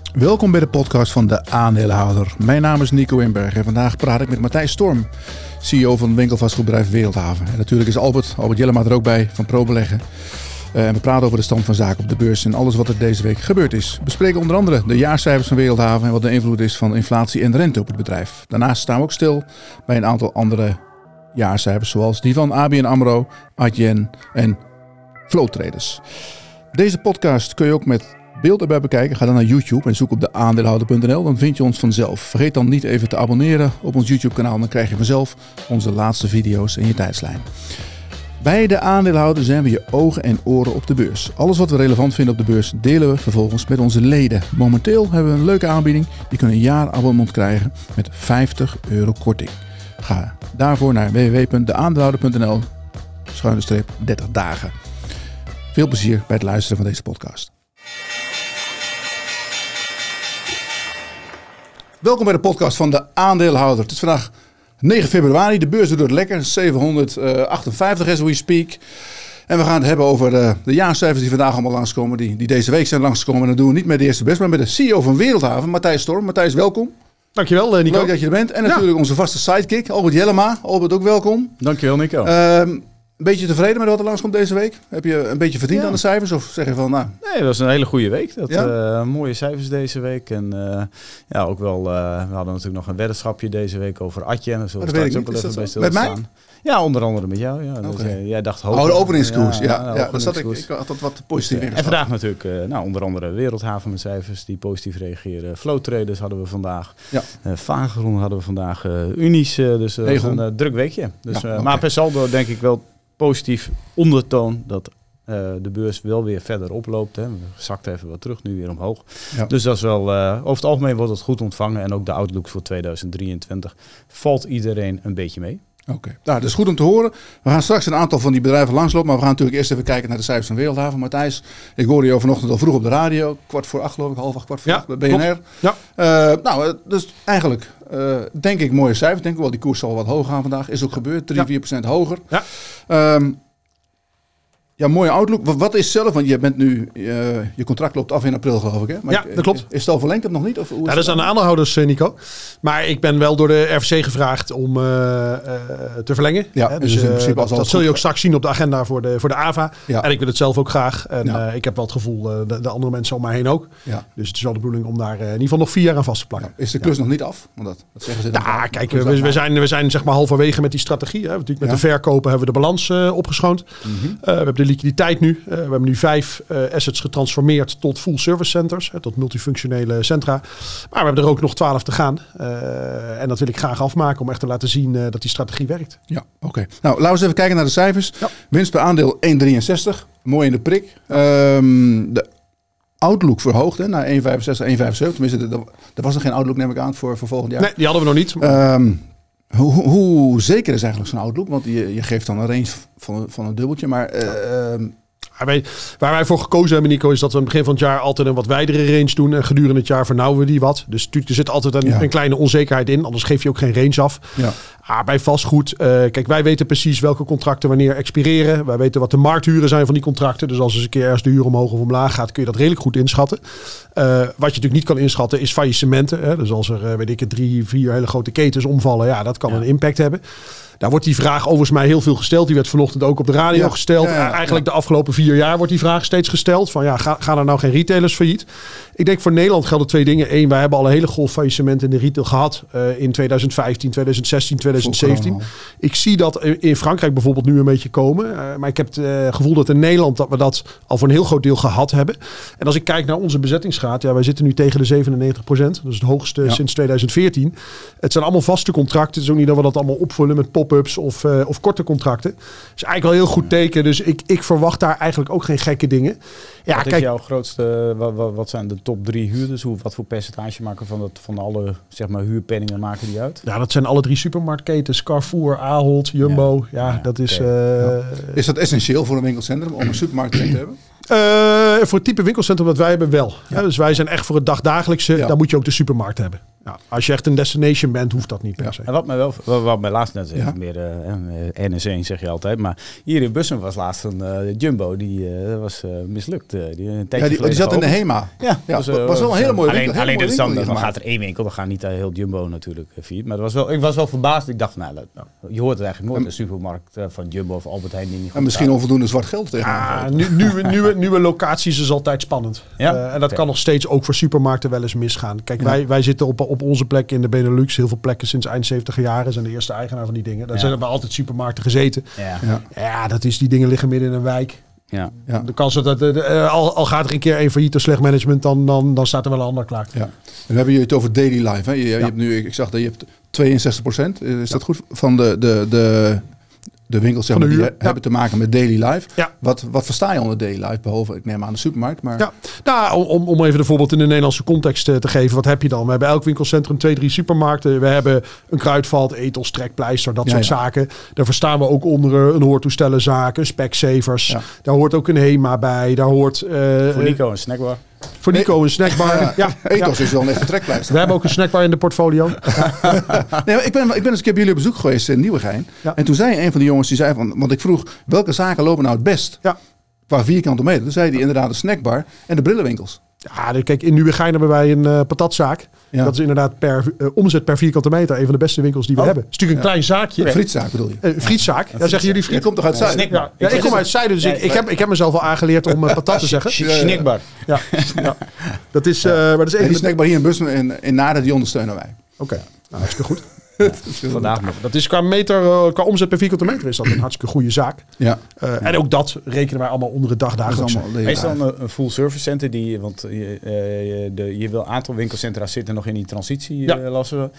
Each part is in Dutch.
Welkom bij de podcast van de aandeelhouder. Mijn naam is Nico Inberg en vandaag praat ik met Matthijs Storm, CEO van winkelvastgoedbedrijf Wereldhaven. En natuurlijk is Albert Jellema er ook bij van ProBeleggen. En we praten over de stand van zaken op de beurs en alles wat er deze week gebeurd is. We bespreken onder andere de jaarcijfers van Wereldhaven en wat de invloed is van inflatie en rente op het bedrijf. Daarnaast staan we ook stil bij een aantal andere jaarcijfers zoals die van ABN AMRO, Adyen en Flow Traders. Deze podcast kun je ook met beeld erbij bekijken. Ga dan naar YouTube en zoek op de aandeelhouder.nl. Dan vind je ons vanzelf. Vergeet dan niet even te abonneren op ons YouTube kanaal. Dan krijg je vanzelf onze laatste video's in je tijdslijn. Bij de aandeelhouder zijn we je ogen en oren op de beurs. Alles wat we relevant vinden op de beurs delen we vervolgens met onze leden. Momenteel hebben we een leuke aanbieding. Je kunt een jaar abonnement krijgen met €50 korting. Ga daarvoor naar www.deaandeelhouder.nl/30 dagen. Veel plezier bij het luisteren van deze podcast. Welkom bij de podcast van de aandeelhouder. Het is vandaag 9 februari. De beurs doet het lekker. 758 as we speak. En we gaan het hebben over de jaarcijfers die vandaag allemaal langskomen. Die deze week zijn langskomen. En dat doen we niet met de eerste best, maar met de CEO van Wereldhaven, Matthijs Storm. Matthijs, welkom. Dankjewel, Nico. Leuk dat je er bent. En natuurlijk onze vaste sidekick, Albert Jellema. Albert, ook welkom. Dankjewel, Nico. Een beetje tevreden met wat er langskomt deze week? Heb je een beetje verdiend aan de cijfers? Of zeg je van, nou... Nee, dat was een hele goede week. Mooie cijfers deze week. En ook wel... we hadden natuurlijk nog een weddenschapje deze week over Adyen. Dus dat weet ik ook wel even bij stilstaan. Met mij? Ja, onder andere met jou. Ja. Dus, jij dacht hoger. De openingskoers. Ja, daar zat ik had dat wat positief ingeschat. En vandaag natuurlijk onder andere Wereldhaven met cijfers die positief reageren. Flow Traders hadden we vandaag. Ja. Vageron hadden we vandaag. Unis. Dus een druk weekje. Dus, maar per saldo denk ik wel positief ondertoon dat de beurs wel weer verder oploopt. Hè. We zakten even wat terug, nu weer omhoog. Ja. Dus dat is wel, over het algemeen wordt het goed ontvangen. En ook de outlook voor 2023 valt iedereen een beetje mee. Oké, nou, dat is goed om te horen. We gaan straks een aantal van die bedrijven langslopen. Maar we gaan natuurlijk eerst even kijken naar de cijfers van Wereldhaven. Matthijs, ik hoorde je vanochtend al vroeg op de radio. 7:15 geloof ik, 7:30 bij BNR. Ja. Dus eigenlijk denk ik mooie cijfers. Denk ik wel, die koers zal wat hoger gaan vandaag. Is ook gebeurd, 3-4% hoger. Ja. Mooie outlook. Wat is zelf, want je bent nu, je contract loopt af in april geloof ik hè? Maar dat klopt. Is het al verlengd of nog niet? Of dat is aan de aandeelhouders, Nico. Maar ik ben wel door de RVC gevraagd om te verlengen. Ja, dus in principe dat zul je ook straks zien op de agenda voor de AVA. Ja. En ik wil het zelf ook graag. En ik heb wel het gevoel, de andere mensen om mij heen ook. Ja. Dus het is wel de bedoeling om daar in ieder geval nog 4 jaar aan vast te plakken. Ja. Is de klus nog niet af? Want dat zeggen ze kijk, we zijn zeg maar halverwege met die strategie. Hè. Natuurlijk met de verkopen hebben we de balans opgeschoond. Mm-hmm. We hebben de liquiditeit nu. We hebben nu 5 assets getransformeerd tot full service centers. Tot multifunctionele centra. Maar we hebben er ook nog 12 te gaan. En dat wil ik graag afmaken om echt te laten zien dat die strategie werkt. Ja, oké. Nou, laten we eens even kijken naar de cijfers. Ja. Winst per aandeel 1,63. Mooi in de prik. De outlook verhoogd naar 1,65, 1,75. Tenminste, er was nog geen outlook neem ik aan voor volgend jaar. Nee, die hadden we nog niet. Hoe zeker is eigenlijk zo'n outlook? Want je geeft dan een range van een dubbeltje. Maar waar wij voor gekozen hebben, Nico, is dat we aan het begin van het jaar altijd een wat wijdere range doen. En gedurende het jaar vernauwen we die wat. Dus natuurlijk, er zit altijd een kleine onzekerheid in. Anders geef je ook geen range af. Ja. Bij vastgoed, kijk, wij weten precies welke contracten wanneer expireren. Wij weten wat de markthuren zijn van die contracten. Dus als eens een keer ergens de huur omhoog of omlaag gaat, kun je dat redelijk goed inschatten. Wat je natuurlijk niet kan inschatten is faillissementen. Hè? Dus als er, 3, 4 hele grote ketens omvallen, dat kan een impact hebben. Daar wordt die vraag overigens mij heel veel gesteld. Die werd vanochtend ook op de radio gesteld. Eigenlijk de afgelopen 4 jaar wordt die vraag steeds gesteld. Van gaan er nou geen retailers failliet? Ik denk voor Nederland gelden 2 dingen. 1, wij hebben al een hele golf faillissementen in de retail gehad. In 2015, 2016, 2017. Ik zie dat in Frankrijk bijvoorbeeld nu een beetje komen. Maar ik heb het gevoel dat in Nederland dat we dat al voor een heel groot deel gehad hebben. En als ik kijk naar onze bezettingsgraad. Wij zitten nu tegen de 97%. Dat is het hoogste sinds 2014. Het zijn allemaal vaste contracten. Het is ook niet dat we dat allemaal opvullen met pop-ups of korte contracten. Dat is eigenlijk wel een heel goed teken. Dus ik verwacht daar eigenlijk ook geen gekke dingen. Wat is jouw grootste, wat zijn de top 3 huurders? Wat voor percentage maken van alle huurpenningen maken die uit? Ja, dat zijn alle 3 supermarktketens. Carrefour, Ahold, Jumbo. Dat is... Is dat essentieel voor een winkelcentrum om een supermarkt te hebben? Voor het type winkelcentrum dat wij hebben wel. Ja. Dus wij zijn echt voor het dagdagelijkse. Daar moet je ook de supermarkt hebben. Als je echt een destination bent, hoeft dat niet per se. En wat mij laatst net zei, meer NS1 zeg je altijd, maar hier in Bussum was laatst een Jumbo, die was mislukt. Die zat in de HEMA. Was wel een hele mooie winkel. Alleen dan gaat er 1 winkel, dan gaat niet heel Jumbo natuurlijk failliet. Maar ik was wel verbaasd. Ik dacht, je hoort het eigenlijk nooit, de supermarkt van Jumbo of Albert Heijn die niet goed en misschien onvoldoende zwart geld tegenaan. Nieuwe locaties is altijd spannend. En dat kan nog steeds ook voor supermarkten wel eens misgaan. Kijk, wij zitten op onze plek in de Benelux. Heel veel plekken sinds eind 70 jaren zijn de eerste eigenaar van die dingen. Daar zijn er bij altijd supermarkten gezeten. Dat is, die dingen liggen midden in een wijk. Ja. De kans dat al gaat er een keer een failliet of slecht management, dan staat er wel een ander klaar. Ja. En dan hebben jullie het over daily life. Hè? Je hebt nu, ik zag dat je hebt 62%. Is dat goed? Van de winkels zeg maar, die hebben te maken met daily life. Ja. Wat versta je onder daily life? Behalve, ik neem aan de supermarkt. Maar... Ja. Om even een voorbeeld in de Nederlandse context te geven. Wat heb je dan? We hebben elk winkelcentrum 2-3 supermarkten. We hebben een Kruidvat, Ethos, Trekpleister, dat soort zaken. Daar verstaan we ook onder een hoortoestellenzaken, Specsavers. Ja. Daar hoort ook een HEMA bij. Daar hoort... voor Nico een snackbar. Voor Nico een snackbar. Ethos is wel een echte trekpleister. We hebben ook een snackbar in de portfolio. Ik ben eens een keer bij jullie op bezoek geweest in Nieuwegein. Ja. En toen zei een van de jongens, die zei want ik vroeg, welke zaken lopen nou het best? Ja. Qua vierkante meter. Toen zei hij inderdaad de snackbar en de brillenwinkels. Ja, kijk, in Nieuwegein hebben wij een patatzaak. Ja. Dat is inderdaad per omzet per vierkante meter een van de beste winkels die we hebben. Het is natuurlijk een klein zaakje. Een frietzaak bedoel je? Frietzaak. Zeggen jullie friet? Je komt toch uit Zuiden? Ik kom uit Zuiden, dus ik heb mezelf al aangeleerd om patat te zeggen. Snackbar. Ja. Dat is, maar dat is en die snackbar hier in Bussum in Naarden, die ondersteunen wij. Oké, nou hartstikke goed. Vandaag nog. Dat is qua omzet per vierkante meter is dat een hartstikke goede zaak. Ja. En ook dat rekenen wij allemaal onder het dagdagelijks. Is dan een full service center want je wil een aantal winkelcentra zitten nog in die transitie lassen.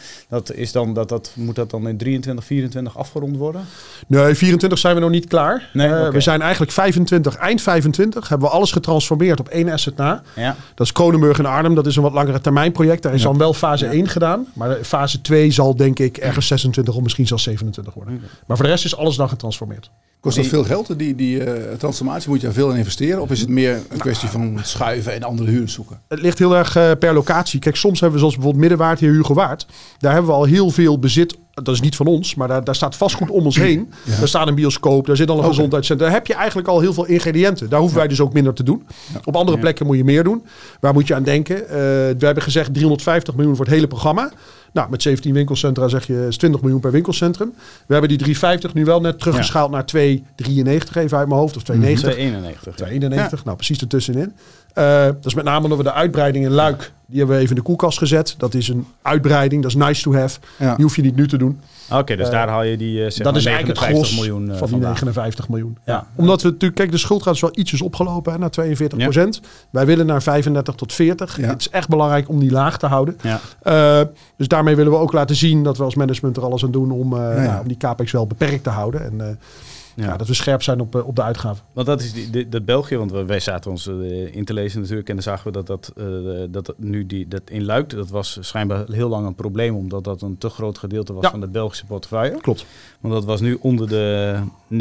Moet dat dan in 23, 24 afgerond worden? Nee, 24 zijn we nog niet klaar. Nee, we zijn eigenlijk eind 25 hebben we alles getransformeerd op 1 asset na. Ja. Dat is Kronenburg en Arnhem. Dat is een wat langere termijn project. Daar is dan wel fase 1 gedaan. Maar fase 2 zal denk ik ergens 26 of misschien zelfs 27 worden. Okay. Maar voor de rest is alles dan getransformeerd. Kost dat veel geld, die transformatie? Moet je daar veel in investeren? Of is het meer een kwestie van schuiven en andere huur zoeken? Het ligt heel erg per locatie. Kijk, soms hebben we zoals bijvoorbeeld Middenwaard, hier Hugo Waard. Daar hebben we al heel veel bezit. Dat is niet van ons, maar daar staat vastgoed om ons heen. Ja. Daar staat een bioscoop, daar zit al een gezondheidscentrum. Daar heb je eigenlijk al heel veel ingrediënten. Daar hoeven wij dus ook minder te doen. Ja. Op andere plekken moet je meer doen. Waar moet je aan denken? We hebben gezegd 350 miljoen voor het hele programma. Nou, met 17 winkelcentra zeg je is 20 miljoen per winkelcentrum. We hebben die 350 nu wel net teruggeschaald naar 293 even uit mijn hoofd. Of 290. 291. 291, nou precies ertussenin. Dat is met name omdat we de uitbreiding in Luik, die hebben we even in de koelkast gezet. Dat is een uitbreiding, dat is nice to have. Ja. Die hoef je niet nu te doen. Oké, dus daar haal je die dat is eigenlijk het gros miljoen, van die 59 miljoen. Ja. Omdat we natuurlijk, kijk, de schuldgraad is wel ietsjes opgelopen naar 42%. Ja. Wij willen naar 35 tot 40. Ja. Het is echt belangrijk om die laag te houden. Ja. Dus daarmee willen we ook laten zien dat we als management er alles aan doen om die capex wel beperkt te houden. En dat we scherp zijn op de uitgaven. Want dat is dat België, want wij zaten ons in te lezen natuurlijk en dan zagen we dat in Luik, dat was schijnbaar heel lang een probleem, omdat dat een te groot gedeelte was van de Belgische portefeuille. Klopt. Want dat was nu onder de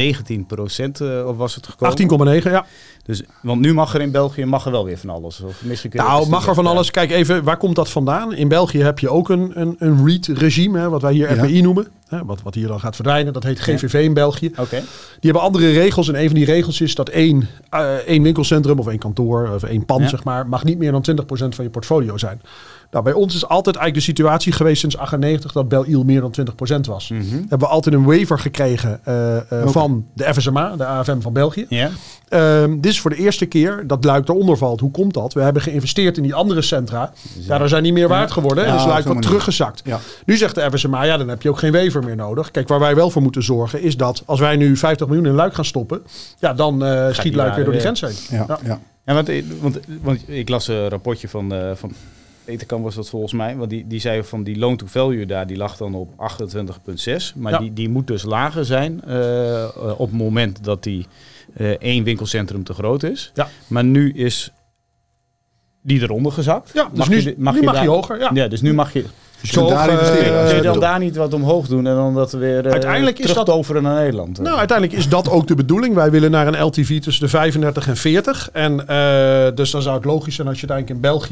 19% of was het gekomen? 18,9, ja. Dus, want nu mag er in België wel weer van alles. Of mag er van alles. Kijk even, waar komt dat vandaan? In België heb je ook een REIT-regime, wat wij hier RPI noemen. Wat hier dan gaat verdwijnen. Dat heet GVV in België. Okay. Die hebben andere regels. En een van die regels is dat één winkelcentrum of één kantoor of één pand zeg maar, mag niet meer dan 20% van je portfolio zijn. Nou, bij ons is altijd eigenlijk de situatie geweest sinds 98 dat Belle-Île meer dan 20% was. Mm-hmm. Hebben we altijd een waiver gekregen van de FSMA, de AFM van België. Yeah. Dit is voor de eerste keer dat Luik eronder valt. Hoe komt dat? We hebben geïnvesteerd in die andere centra. Daar zijn niet meer waard geworden. Dus Luik wordt teruggezakt. Ja. Nu zegt de FSMA, dan heb je ook geen waiver meer nodig. Kijk, waar wij wel voor moeten zorgen is dat als wij nu 50 miljoen in Luik gaan stoppen, dan schiet Luik weer door die grens heen. Ja, want ik las een rapportje van Etekan was dat volgens mij, want die zei van die loan to value daar, die lag dan op 28,6. Maar die moet dus lager zijn op het moment dat die 1 winkelcentrum te groot is. Ja. Maar nu is die eronder gezakt. Ja, dus nu mag je hoger. Ja, dus nu mag je... Dus kun je dan daar niet wat omhoog doen en dan dat weer terugtoveren naar Nederland? Nou, uiteindelijk is dat ook de bedoeling. Wij willen naar een LTV tussen de 35 en 40. En dus dan zou het logisch zijn als je uiteindelijk in België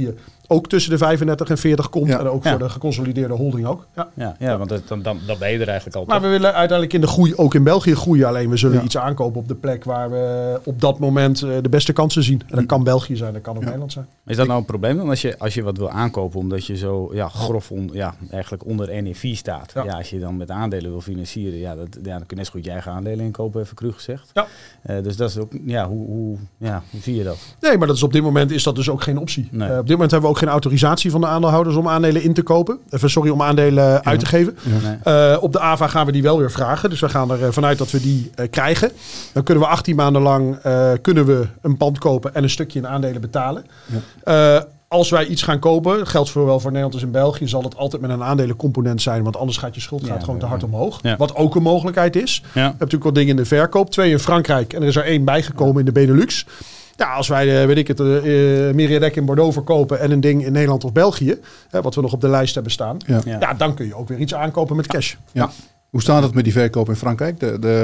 ook tussen de 35 en 40 komt. En ook voor de geconsolideerde holding ook. Ja, want dan ben je er eigenlijk al. Maar we willen uiteindelijk in de groei, ook in België groeien. Alleen we zullen iets aankopen op de plek waar we op dat moment de beste kansen zien. En dat kan België zijn, dat kan ook Nederland zijn. Is dat nou een probleem? Als je wat wil aankopen, omdat je zo grof eigenlijk onder NAV staat. Ja. Als je dan met aandelen wil financieren, dan kun je net zo goed je eigen aandelen inkopen, even cru gezegd. Ja. Dus dat is ook, hoe zie je dat? Nee, maar op dit moment is dat dus ook geen optie. Nee. Op dit moment hebben we ook geen autorisatie van de aandeelhouders om aandelen in te kopen. Om aandelen uit te geven. Nee. Op de AVA gaan we die wel weer vragen. Dus we gaan er vanuit dat we die krijgen. Dan kunnen we 18 maanden lang een pand kopen en een stukje in aandelen betalen. Ja. Als wij iets gaan kopen, geldt zowel voor Nederland als in België, zal het altijd met een aandelencomponent zijn. Want anders gaat je schuld gewoon te hard omhoog. Ja. Wat ook een mogelijkheid is. Ja. We hebben natuurlijk wat dingen in de verkoop. 2 in Frankrijk en er is er 1 bijgekomen in de Benelux. Ja, als wij, Mériadeck in Bordeaux verkopen en een ding in Nederland of België, wat we nog op de lijst hebben staan, dan kun je ook weer iets aankopen met cash. Ja. Hoe staat het met die verkoop in Frankrijk?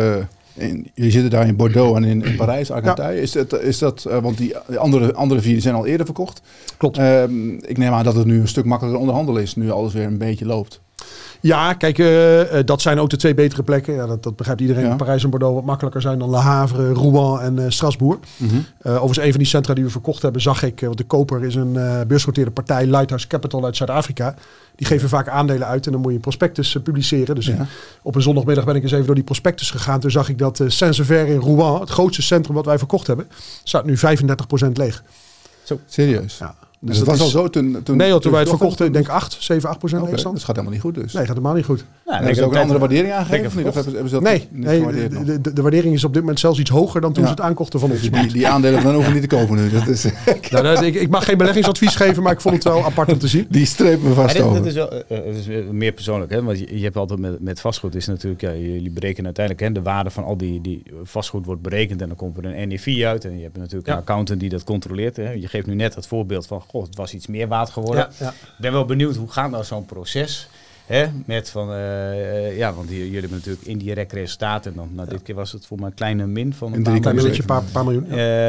Jullie zitten daar in Bordeaux en in Parijs, Argentinië. Is dat want die andere 4 zijn al eerder verkocht? Klopt. Ik neem aan dat het nu een stuk makkelijker onderhandelen is, nu alles weer een beetje loopt. Ja, kijk, dat zijn ook de 2 betere plekken. Ja, dat begrijpt iedereen. Ja. Parijs en Bordeaux wat makkelijker zijn dan Le Havre, Rouen en Strasbourg. Mm-hmm. Overigens, een van die centra die we verkocht hebben, zag ik. Want de koper is een beursgenoteerde partij, Lighthouse Capital uit Zuid-Afrika. Die geven vaak aandelen uit en dan moet je een prospectus publiceren. Dus op een zondagmiddag ben ik eens even door die prospectus gegaan. Toen zag ik dat Saint-Sever in Rouen, het grootste centrum wat wij verkocht hebben, staat nu 35% leeg. Zo, serieus? Ja. Dus dat was al zo toen wij het verkochten, ik denk 7-8% leegstand. Dat gaat helemaal niet goed dus. Nee, gaat helemaal niet goed. Nou, hebben ze ook een andere waardering aangegeven? Of niet? Of hebben ze dat de waardering is op dit moment zelfs iets hoger dan toen ze het aankochten van ons. Die aandelen dan hoeven niet te kopen nu. Dat is ik mag geen beleggingsadvies geven, maar ik vond het wel apart om te zien. Die strepen we vast over. Dat is meer persoonlijk. Hè? Want je hebt altijd met vastgoed is natuurlijk, jullie berekenen uiteindelijk de waarde van al die vastgoed wordt berekend en dan komt er een NAV uit. En je hebt natuurlijk een accountant die dat controleert. Hè? Je geeft nu net het voorbeeld van, het was iets meer waard geworden. Ik ben wel benieuwd, hoe gaat nou zo'n proces? Met van, want jullie hebben natuurlijk indirect resultaten. En dan, dit keer was het voor mij een kleine min van een paar miljoen.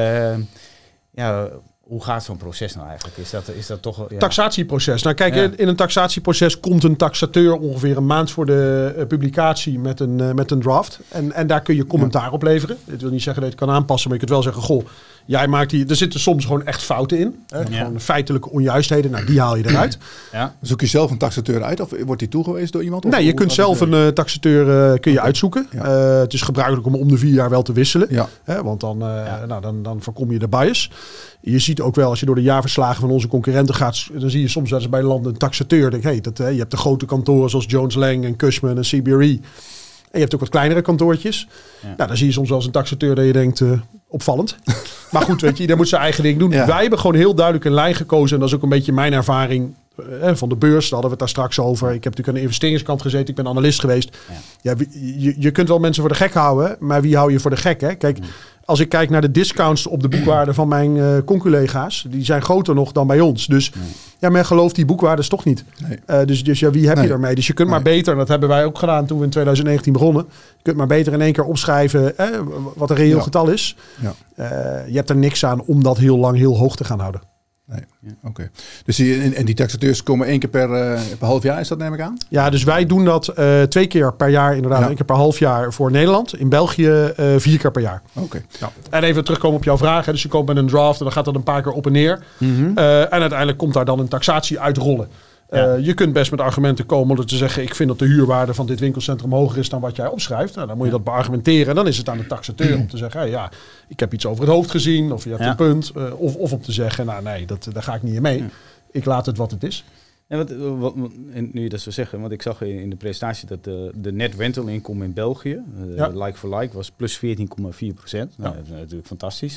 Hoe gaat zo'n proces nou eigenlijk? Is dat toch... Taxatieproces. Nou kijk, in een taxatieproces komt een taxateur ongeveer een maand voor de publicatie met een draft. En daar kun je commentaar op leveren. Dat wil niet zeggen dat je het kan aanpassen, maar je kunt wel zeggen, jij maakt er zitten soms gewoon echt fouten in. Gewoon feitelijke onjuistheden. Nou, die haal je eruit. Ja. Zoek je zelf een taxateur uit of wordt die toegewezen door iemand? Nee, je kunt zelf een taxateur uitzoeken. Ja. Het is gebruikelijk om de 4 jaar wel te wisselen. Ja. Want dan voorkom je de bias. Je ziet ook wel, als je door de jaarverslagen van onze concurrenten gaat, dan zie je soms dat ze bij landen een taxateur. Je hebt de grote kantoren zoals Jones Lang en Cushman en CBRE. En je hebt ook wat kleinere kantoortjes. Ja. Nou, dan zie je soms wel eens een taxateur dat je denkt, opvallend. Maar goed, weet je, ieder moet zijn eigen ding doen. Ja. Wij hebben gewoon heel duidelijk een lijn gekozen. En dat is ook een beetje mijn ervaring van de beurs. Daar hadden we het daar straks over. Ik heb natuurlijk aan de investeringskant gezeten. Ik ben analist geweest. Ja. Je kunt wel mensen voor de gek houden. Maar wie hou je voor de gek? Hè? Kijk, als ik kijk naar de discounts op de boekwaarde van mijn conculega's, die zijn groter nog dan bij ons. Dus men gelooft die boekwaardes toch niet. Nee. Dus wie heb je daarmee? Dus je kunt maar beter, en dat hebben wij ook gedaan toen we in 2019 begonnen. Je kunt maar beter in één keer opschrijven wat een reëel getal is. Ja. Je hebt er niks aan om dat heel lang heel hoog te gaan houden. Nee, oké. Dus die taxateurs komen 1 keer per half jaar, is dat neem ik aan? Ja, dus wij doen dat 2 keer per jaar inderdaad. 1 keer per half jaar voor Nederland. In België 4 keer per jaar. Oké. Ja. En even terugkomen op jouw vraag. Dus je komt met een draft en dan gaat dat een paar keer op en neer. Mm-hmm. En uiteindelijk komt daar dan een taxatie uitrollen. Je kunt best met argumenten komen om te zeggen, ik vind dat de huurwaarde van dit winkelcentrum hoger is dan wat jij opschrijft. Nou, dan moet je dat beargumenteren. En dan is het aan de taxateur om te zeggen, ik heb iets over het hoofd gezien. Of je hebt een punt. Of om te zeggen, daar ga ik niet in mee. Ja. Ik laat het wat het is. En nu je dat zo zeggen, want ik zag in de presentatie dat de net rental inkomen in België, like for like, was plus 14,4%. Nou, dat is natuurlijk fantastisch.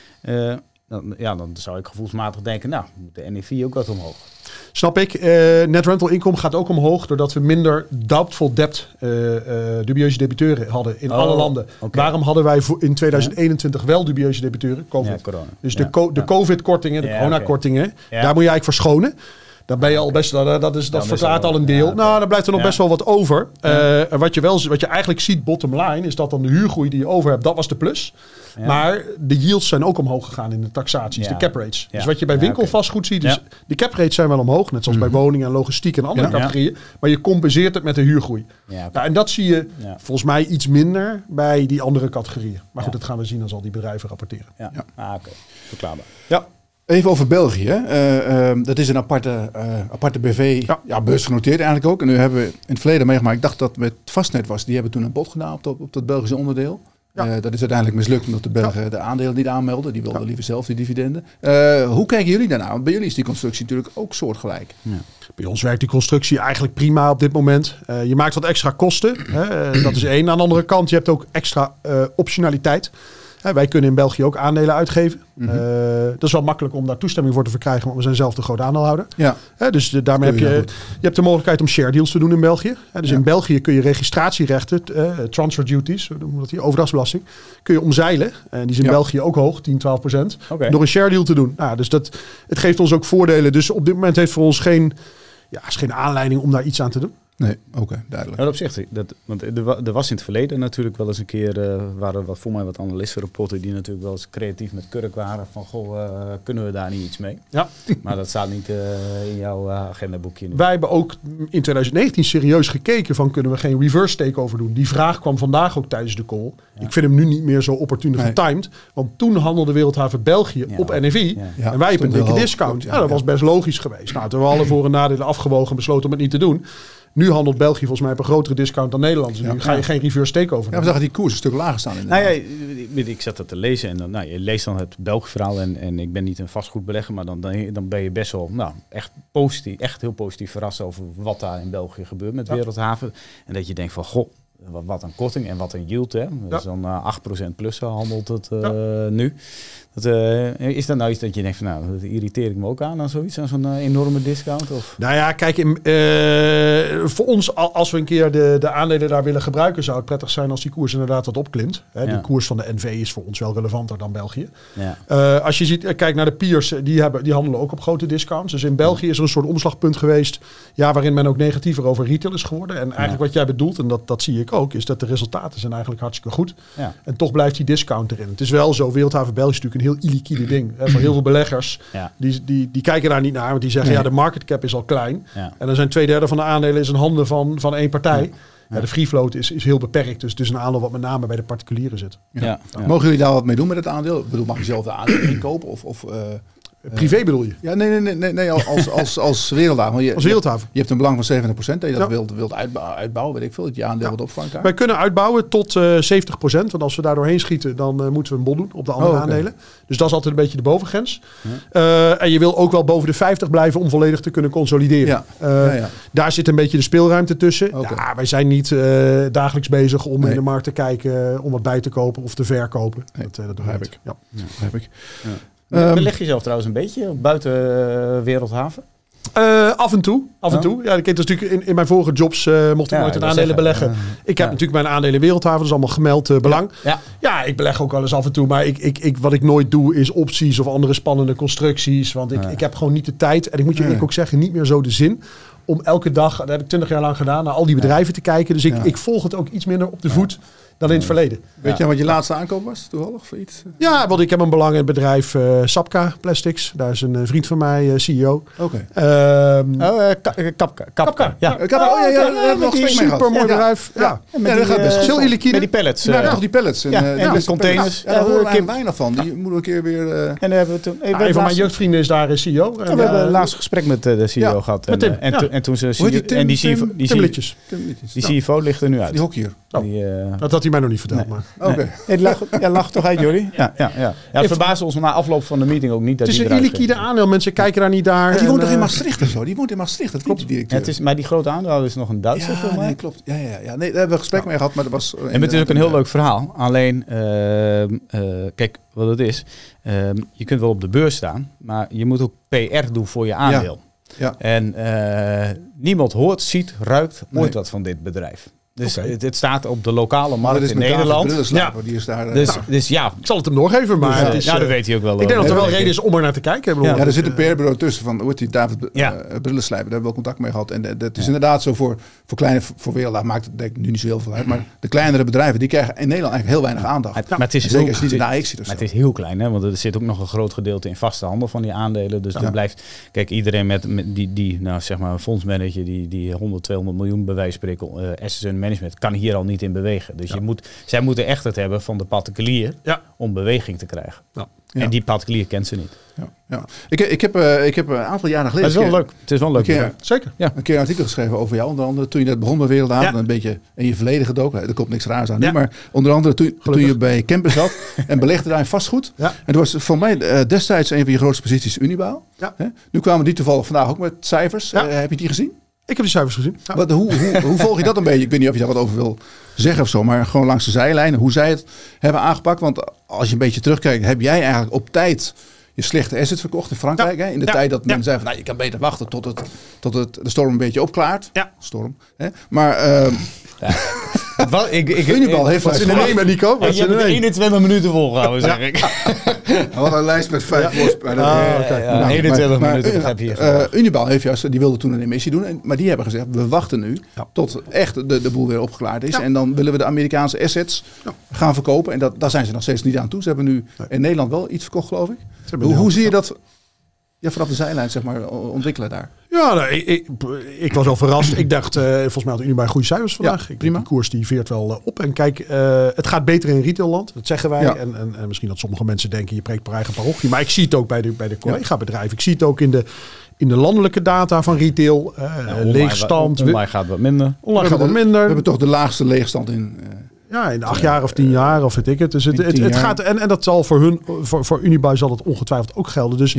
Ja. Dan zou ik gevoelsmatig denken, moet de NAV ook wat omhoog. Snap ik. Net rental income gaat ook omhoog doordat we minder doubtful debt, dubieuze debiteuren hadden in alle landen. Okay. Waarom hadden wij in 2021 wel dubieuze debiteuren? COVID. Ja, corona. Dus de COVID-kortingen, de corona-kortingen, daar moet je eigenlijk verschonen. Dan ben je al best... Dat verklaart al een deel. Ja, nou, dan blijft er nog best wel wat over. Ja. Wat je eigenlijk ziet, bottom line, is dat dan de huurgroei die je over hebt, dat was de plus. Ja. Maar de yields zijn ook omhoog gegaan in de taxaties, de cap rates. Ja. Dus wat je bij winkelvastgoed ziet, dus de cap rates zijn wel omhoog. Net zoals bij woningen en logistiek en andere categorieën. Maar je compenseert het met de huurgroei. Ja, okay. En dat zie je volgens mij iets minder bij die andere categorieën. Maar goed, dat gaan we zien als al die bedrijven rapporteren. Ja. Oké. Verklaarbaar. Ja. Even over België. Dat is een aparte BV, beursgenoteerd eigenlijk ook. En nu hebben we in het verleden meegemaakt, ik dacht dat het Vastnet was. Die hebben toen een bod gedaan op dat Belgische onderdeel. Ja. Dat is uiteindelijk mislukt omdat de Belgen de aandelen niet aanmelden. Die wilden liever zelf die dividenden. Hoe kijken jullie daarna? Want bij jullie is die constructie natuurlijk ook soortgelijk. Ja. Bij ons werkt die constructie eigenlijk prima op dit moment. Je maakt wat extra kosten. Dat is één. Aan de andere kant, je hebt ook extra optionaliteit. Wij kunnen in België ook aandelen uitgeven. Mm-hmm. Dat is wel makkelijk om daar toestemming voor te verkrijgen, want we zijn zelf de grote aandeelhouder. Ja. Dus daarmee je hebt de mogelijkheid om share deals te doen in België. Dus in België kun je registratierechten, transfer duties, die overdrachtsbelasting, kun je omzeilen. En die is in België ook hoog, 10-12%. Door een share deal te doen. Dus het geeft ons ook voordelen. Dus op dit moment heeft voor ons geen aanleiding om daar iets aan te doen. Nee, oké, duidelijk. Ja, op zich, want er was in het verleden natuurlijk wel eens een keer, waren voor mij wat analistenrapporten die natuurlijk wel eens creatief met kurk waren van, kunnen we daar niet iets mee? Ja. Maar dat staat niet in jouw agendaboekje. Wij hebben ook in 2019 serieus gekeken van, kunnen we geen reverse takeover doen? Die vraag kwam vandaag ook tijdens de call. Ja. Ik vind hem nu niet meer zo opportun getimed, want toen handelde Wereldhaven België op NAV en wij hebben een dikke discount. Dat was best logisch geweest. Nou, toen hebben we alle voor- en nadelen afgewogen en besloten om het niet te doen. Nu handelt België volgens mij op een grotere discount dan Nederland. Dus nu ga je geen reverse takeover doen. Ja, we zagen die koers een stuk lager staan. Ik zat dat te lezen en dan, je leest dan het Belgisch verhaal. En ik ben niet een vastgoedbelegger, maar dan ben je best wel echt positief, echt heel positief verrast over wat daar in België gebeurt met Wereldhaven. En dat je denkt van, wat een korting en wat een yield. Hè? Dus dan 8% plus handelt het nu. Is dat nou iets dat je denkt van, dat irriteer ik me ook aan zoiets, aan zo'n enorme discount? Of? Nou ja, kijk, voor ons, als we een keer de aandelen daar willen gebruiken, zou het prettig zijn als die koers inderdaad wat opklimt. De koers van de NV is voor ons wel relevanter dan België. Ja. Als je ziet, kijk naar de peers, die handelen ook op grote discounts. Dus in België is er een soort omslagpunt geweest, waarin men ook negatiever over retail is geworden. En eigenlijk wat jij bedoelt, en dat zie ik ook, is dat de resultaten zijn eigenlijk hartstikke goed. Ja. En toch blijft die discount erin. Het is wel zo, Wereldhaven België is natuurlijk een heel illiquide ding. Voor heel veel beleggers, die kijken daar niet naar, want die zeggen, de market cap is al klein. Ja. En dan zijn 2/3 van de aandelen is in handen van één partij. Ja, de free float is heel beperkt. Dus het is een aandeel wat met name bij de particulieren zit. Ja. Mogen jullie daar wat mee doen met het aandeel? Ik bedoel, mag je zelf de aandelen inkopen? Of privé bedoel je? Ja, nee als Wereldhaven. Als Wereldhaven. Je hebt een belang van 70% dat je dat wilt uitbouwen, weet ik veel, dat je aandeel wat opvangt. Wij kunnen uitbouwen tot 70%, want als we daar doorheen schieten, dan moeten we een bod doen op de andere aandelen. Dus dat is altijd een beetje de bovengrens. En je wil ook wel boven de 50 blijven om volledig te kunnen consolideren. Daar zit een beetje de speelruimte tussen. Ja, wij zijn niet dagelijks bezig om in de markt te kijken, om wat bij te kopen of te verkopen. Dat begrijp ik. Ja. Begrijp ik. Beleg je zelf trouwens een beetje buiten Wereldhaven? Af en toe. Ja, ik heb dus natuurlijk in mijn vorige jobs mocht ik nooit een aandelen beleggen. Ik heb natuurlijk mijn aandelen Wereldhaven, dat is allemaal gemeld belang. Ja, ik beleg ook wel eens af en toe, maar wat ik nooit doe is opties of andere spannende constructies, want ik heb gewoon niet de tijd. En ik moet je eerlijk ook zeggen, niet meer zo de zin om elke dag, dat heb ik 20 jaar lang gedaan, naar al die bedrijven te kijken. Dus ik volg het ook iets minder op de voet dan in het verleden. Weet je wat je laatste aankoop was toevallig voor iets? Ja, want ik heb een belang in het bedrijf Sapka Plastics. Daar is een vriend van mij, CEO. Oké. Kapka. Ja, een super mooi bedrijf. Ja. Dat gaat best heel illiquide. Met die pallets. Ja, die pallets. En die containers. Daar horen we weinig van. Die moeten we een keer weer... En dan hebben we toen... Een van mijn jeugdvrienden is daar CEO. We hebben een laatste gesprek met de CEO gehad. Met Tim. En toen ze... En die CFO ligt er nu uit. Die hockeyer. Dat had hij mij nog niet verteld. Nee. Maar. Het lag toch uit jullie? Ja. Het verbaasde ons na afloop van de meeting ook niet. Dat het is een illiquide aandeel. Mensen kijken daar niet naar. Die woont toch in Maastricht of zo? Die woont in Maastricht, dat klopt. Die directeur. Maar die grote aandeelhouder is nog een Duitser voor mij. Nee, klopt. Ja. Nee, daar hebben we een gesprek mee gehad, maar dat was... En het is ook een heel leuk verhaal. Alleen, kijk, wat het is. Je kunt wel op de beurs staan, maar je moet ook PR doen voor je aandeel. Ja. En niemand hoort, ziet, ruikt ooit wat van dit bedrijf. Dus het staat op de lokale markt in Nederland. Die is daar, dus ik zal het hem doorgeven, maar dat weet hij ook wel. Ik denk dat er wel reden is om er naar te kijken. Er zit een PR-bureau tussen van, hoe heet die, David Brillenslijper. Daar hebben we wel contact mee gehad. En dat is inderdaad zo voor Wereldhaven maakt het denk ik nu niet zo heel veel uit. Maar de kleinere bedrijven, die krijgen in Nederland eigenlijk heel weinig aandacht. Maar het is zeker als je niet in de AX ziet. Maar het is heel klein, hè? Want er zit ook nog een groot gedeelte in vaste handel van die aandelen. Dus er blijft, kijk, iedereen met die zeg maar een fondsmanager die 100, 200 miljoen bij wijze van spreken asset management kan hier al niet in bewegen. Dus zij moeten echt het hebben van de particulier om beweging te krijgen. Ja. En die particulier kent ze niet. Ja. Ik heb een aantal jaren geleden... Het is wel leuk. Het is wel leuk. Zeker. Ja. Een keer een artikel geschreven over jou. Onder andere toen je net begon bij Wereldhaven. Een beetje in je verleden gedoken. Er komt niks raars aan nu. Maar onder andere toen je bij Kempen zat. En belegde daar in vastgoed. Ja. En dat was voor mij destijds een van je grootste posities Unibail. Ja. Nu kwamen die toevallig vandaag ook met cijfers. Ja. Heb je die gezien? Ik heb de cijfers gezien. Ja. Hoe volg je dat een beetje? Ik weet niet of je daar wat over wil zeggen of zo. Maar gewoon langs de zijlijnen. Hoe zij het hebben aangepakt. Want als je een beetje terugkijkt. Heb jij eigenlijk op tijd je slechte asset verkocht in Frankrijk. Hè? In de tijd dat men zei van je kan beter wachten tot de storm een beetje opklaart. Ja. Storm. Hè? Maar... Unibail heeft wat in de neem, Nico. Je hebt het 21 minuten volgehouden, zeg ik. Wat een lijst met 5 voorspellingen. 21 minuten heb je Unibail heeft juist, die wilde toen een emissie doen. Maar die hebben gezegd, we wachten nu tot echt de boel weer opgeklaard is. Ja. En dan willen we de Amerikaanse assets gaan verkopen. En daar zijn ze nog steeds niet aan toe. Ze hebben nu in Nederland wel iets verkocht, geloof ik. Hoe zie je dat vanaf de zijlijn zeg maar, ontwikkelen daar? Ja, ik was wel verrast. Ik dacht, volgens mij had Unibail goede cijfers vandaag. Prima. De koers die veert wel op. En kijk, het gaat beter in retailland. Dat zeggen wij. Ja. En misschien dat sommige mensen denken, je preekt per eigen parochie. Maar ik zie het ook bij de collega-bedrijven. Ik zie het ook in de landelijke data van retail. Leegstand. Online gaat wat minder. We hebben toch de laagste leegstand in... in de 8 jaar of 10 jaar of weet ik het. Dus het gaat en dat zal voor Unibail zal het ongetwijfeld ook gelden. Dus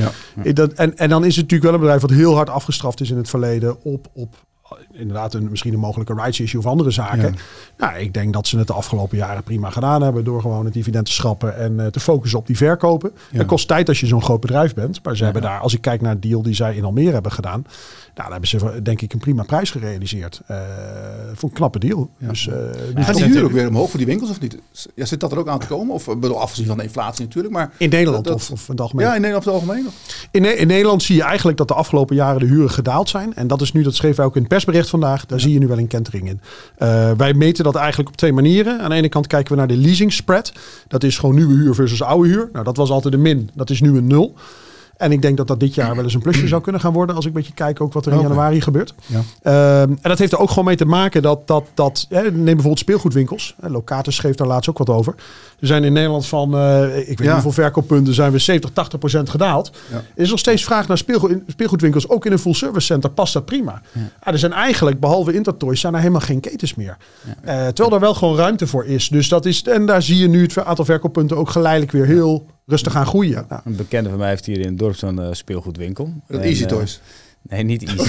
en dan is het natuurlijk wel een bedrijf wat heel hard afgestraft is in het verleden op inderdaad misschien een mogelijke rights issue of andere zaken. Ja. Nou, ik denk dat ze het de afgelopen jaren prima gedaan hebben door gewoon het dividend te schrappen en te focussen op die verkopen. Ja. Het kost tijd als je zo'n groot bedrijf bent, maar ze hebben daar, als ik kijk naar de deal die zij in Almere hebben gedaan, daar hebben ze denk ik een prima prijs gerealiseerd. Voor een knappe deal. Ja. Dus, gaat die huur ook weer omhoog voor die winkels of niet? Ja, zit dat er ook aan te komen? Of afgezien van de inflatie natuurlijk. Maar in Nederland of in het algemeen? Ja, in Nederland of het algemeen. In Nederland zie je eigenlijk dat de afgelopen jaren de huren gedaald zijn. En dat is nu, dat schreef wij ook in het persbericht vandaag. Daar zie je nu wel een kentering in. Wij meten dat eigenlijk op 2 manieren. Aan de ene kant kijken we naar de leasing spread. Dat is gewoon nieuwe huur versus oude huur. Nou, dat was altijd een min. Dat is nu een 0. En ik denk dat dit jaar wel eens een plusje zou kunnen gaan worden. Als ik een beetje kijk ook wat er in januari gebeurt. Ja. En dat heeft er ook gewoon mee te maken dat neem bijvoorbeeld speelgoedwinkels. Locatus schreef daar laatst ook wat over. Er zijn in Nederland van, ik weet niet hoeveel verkooppunten, zijn we 70-80% gedaald. Ja. Er is nog steeds vraag naar speelgoedwinkels. Ook in een full service center past dat prima. Ja. Er zijn eigenlijk, behalve Intertoys, zijn er helemaal geen ketens meer. Ja. Terwijl er wel gewoon ruimte voor is. Dus dat is, en daar zie je nu het aantal verkooppunten ook geleidelijk weer heel rustig gaan groeien. Nou. Een bekende van mij heeft hier in het dorp zo'n speelgoedwinkel. Easy Toys. Nee, niet Easy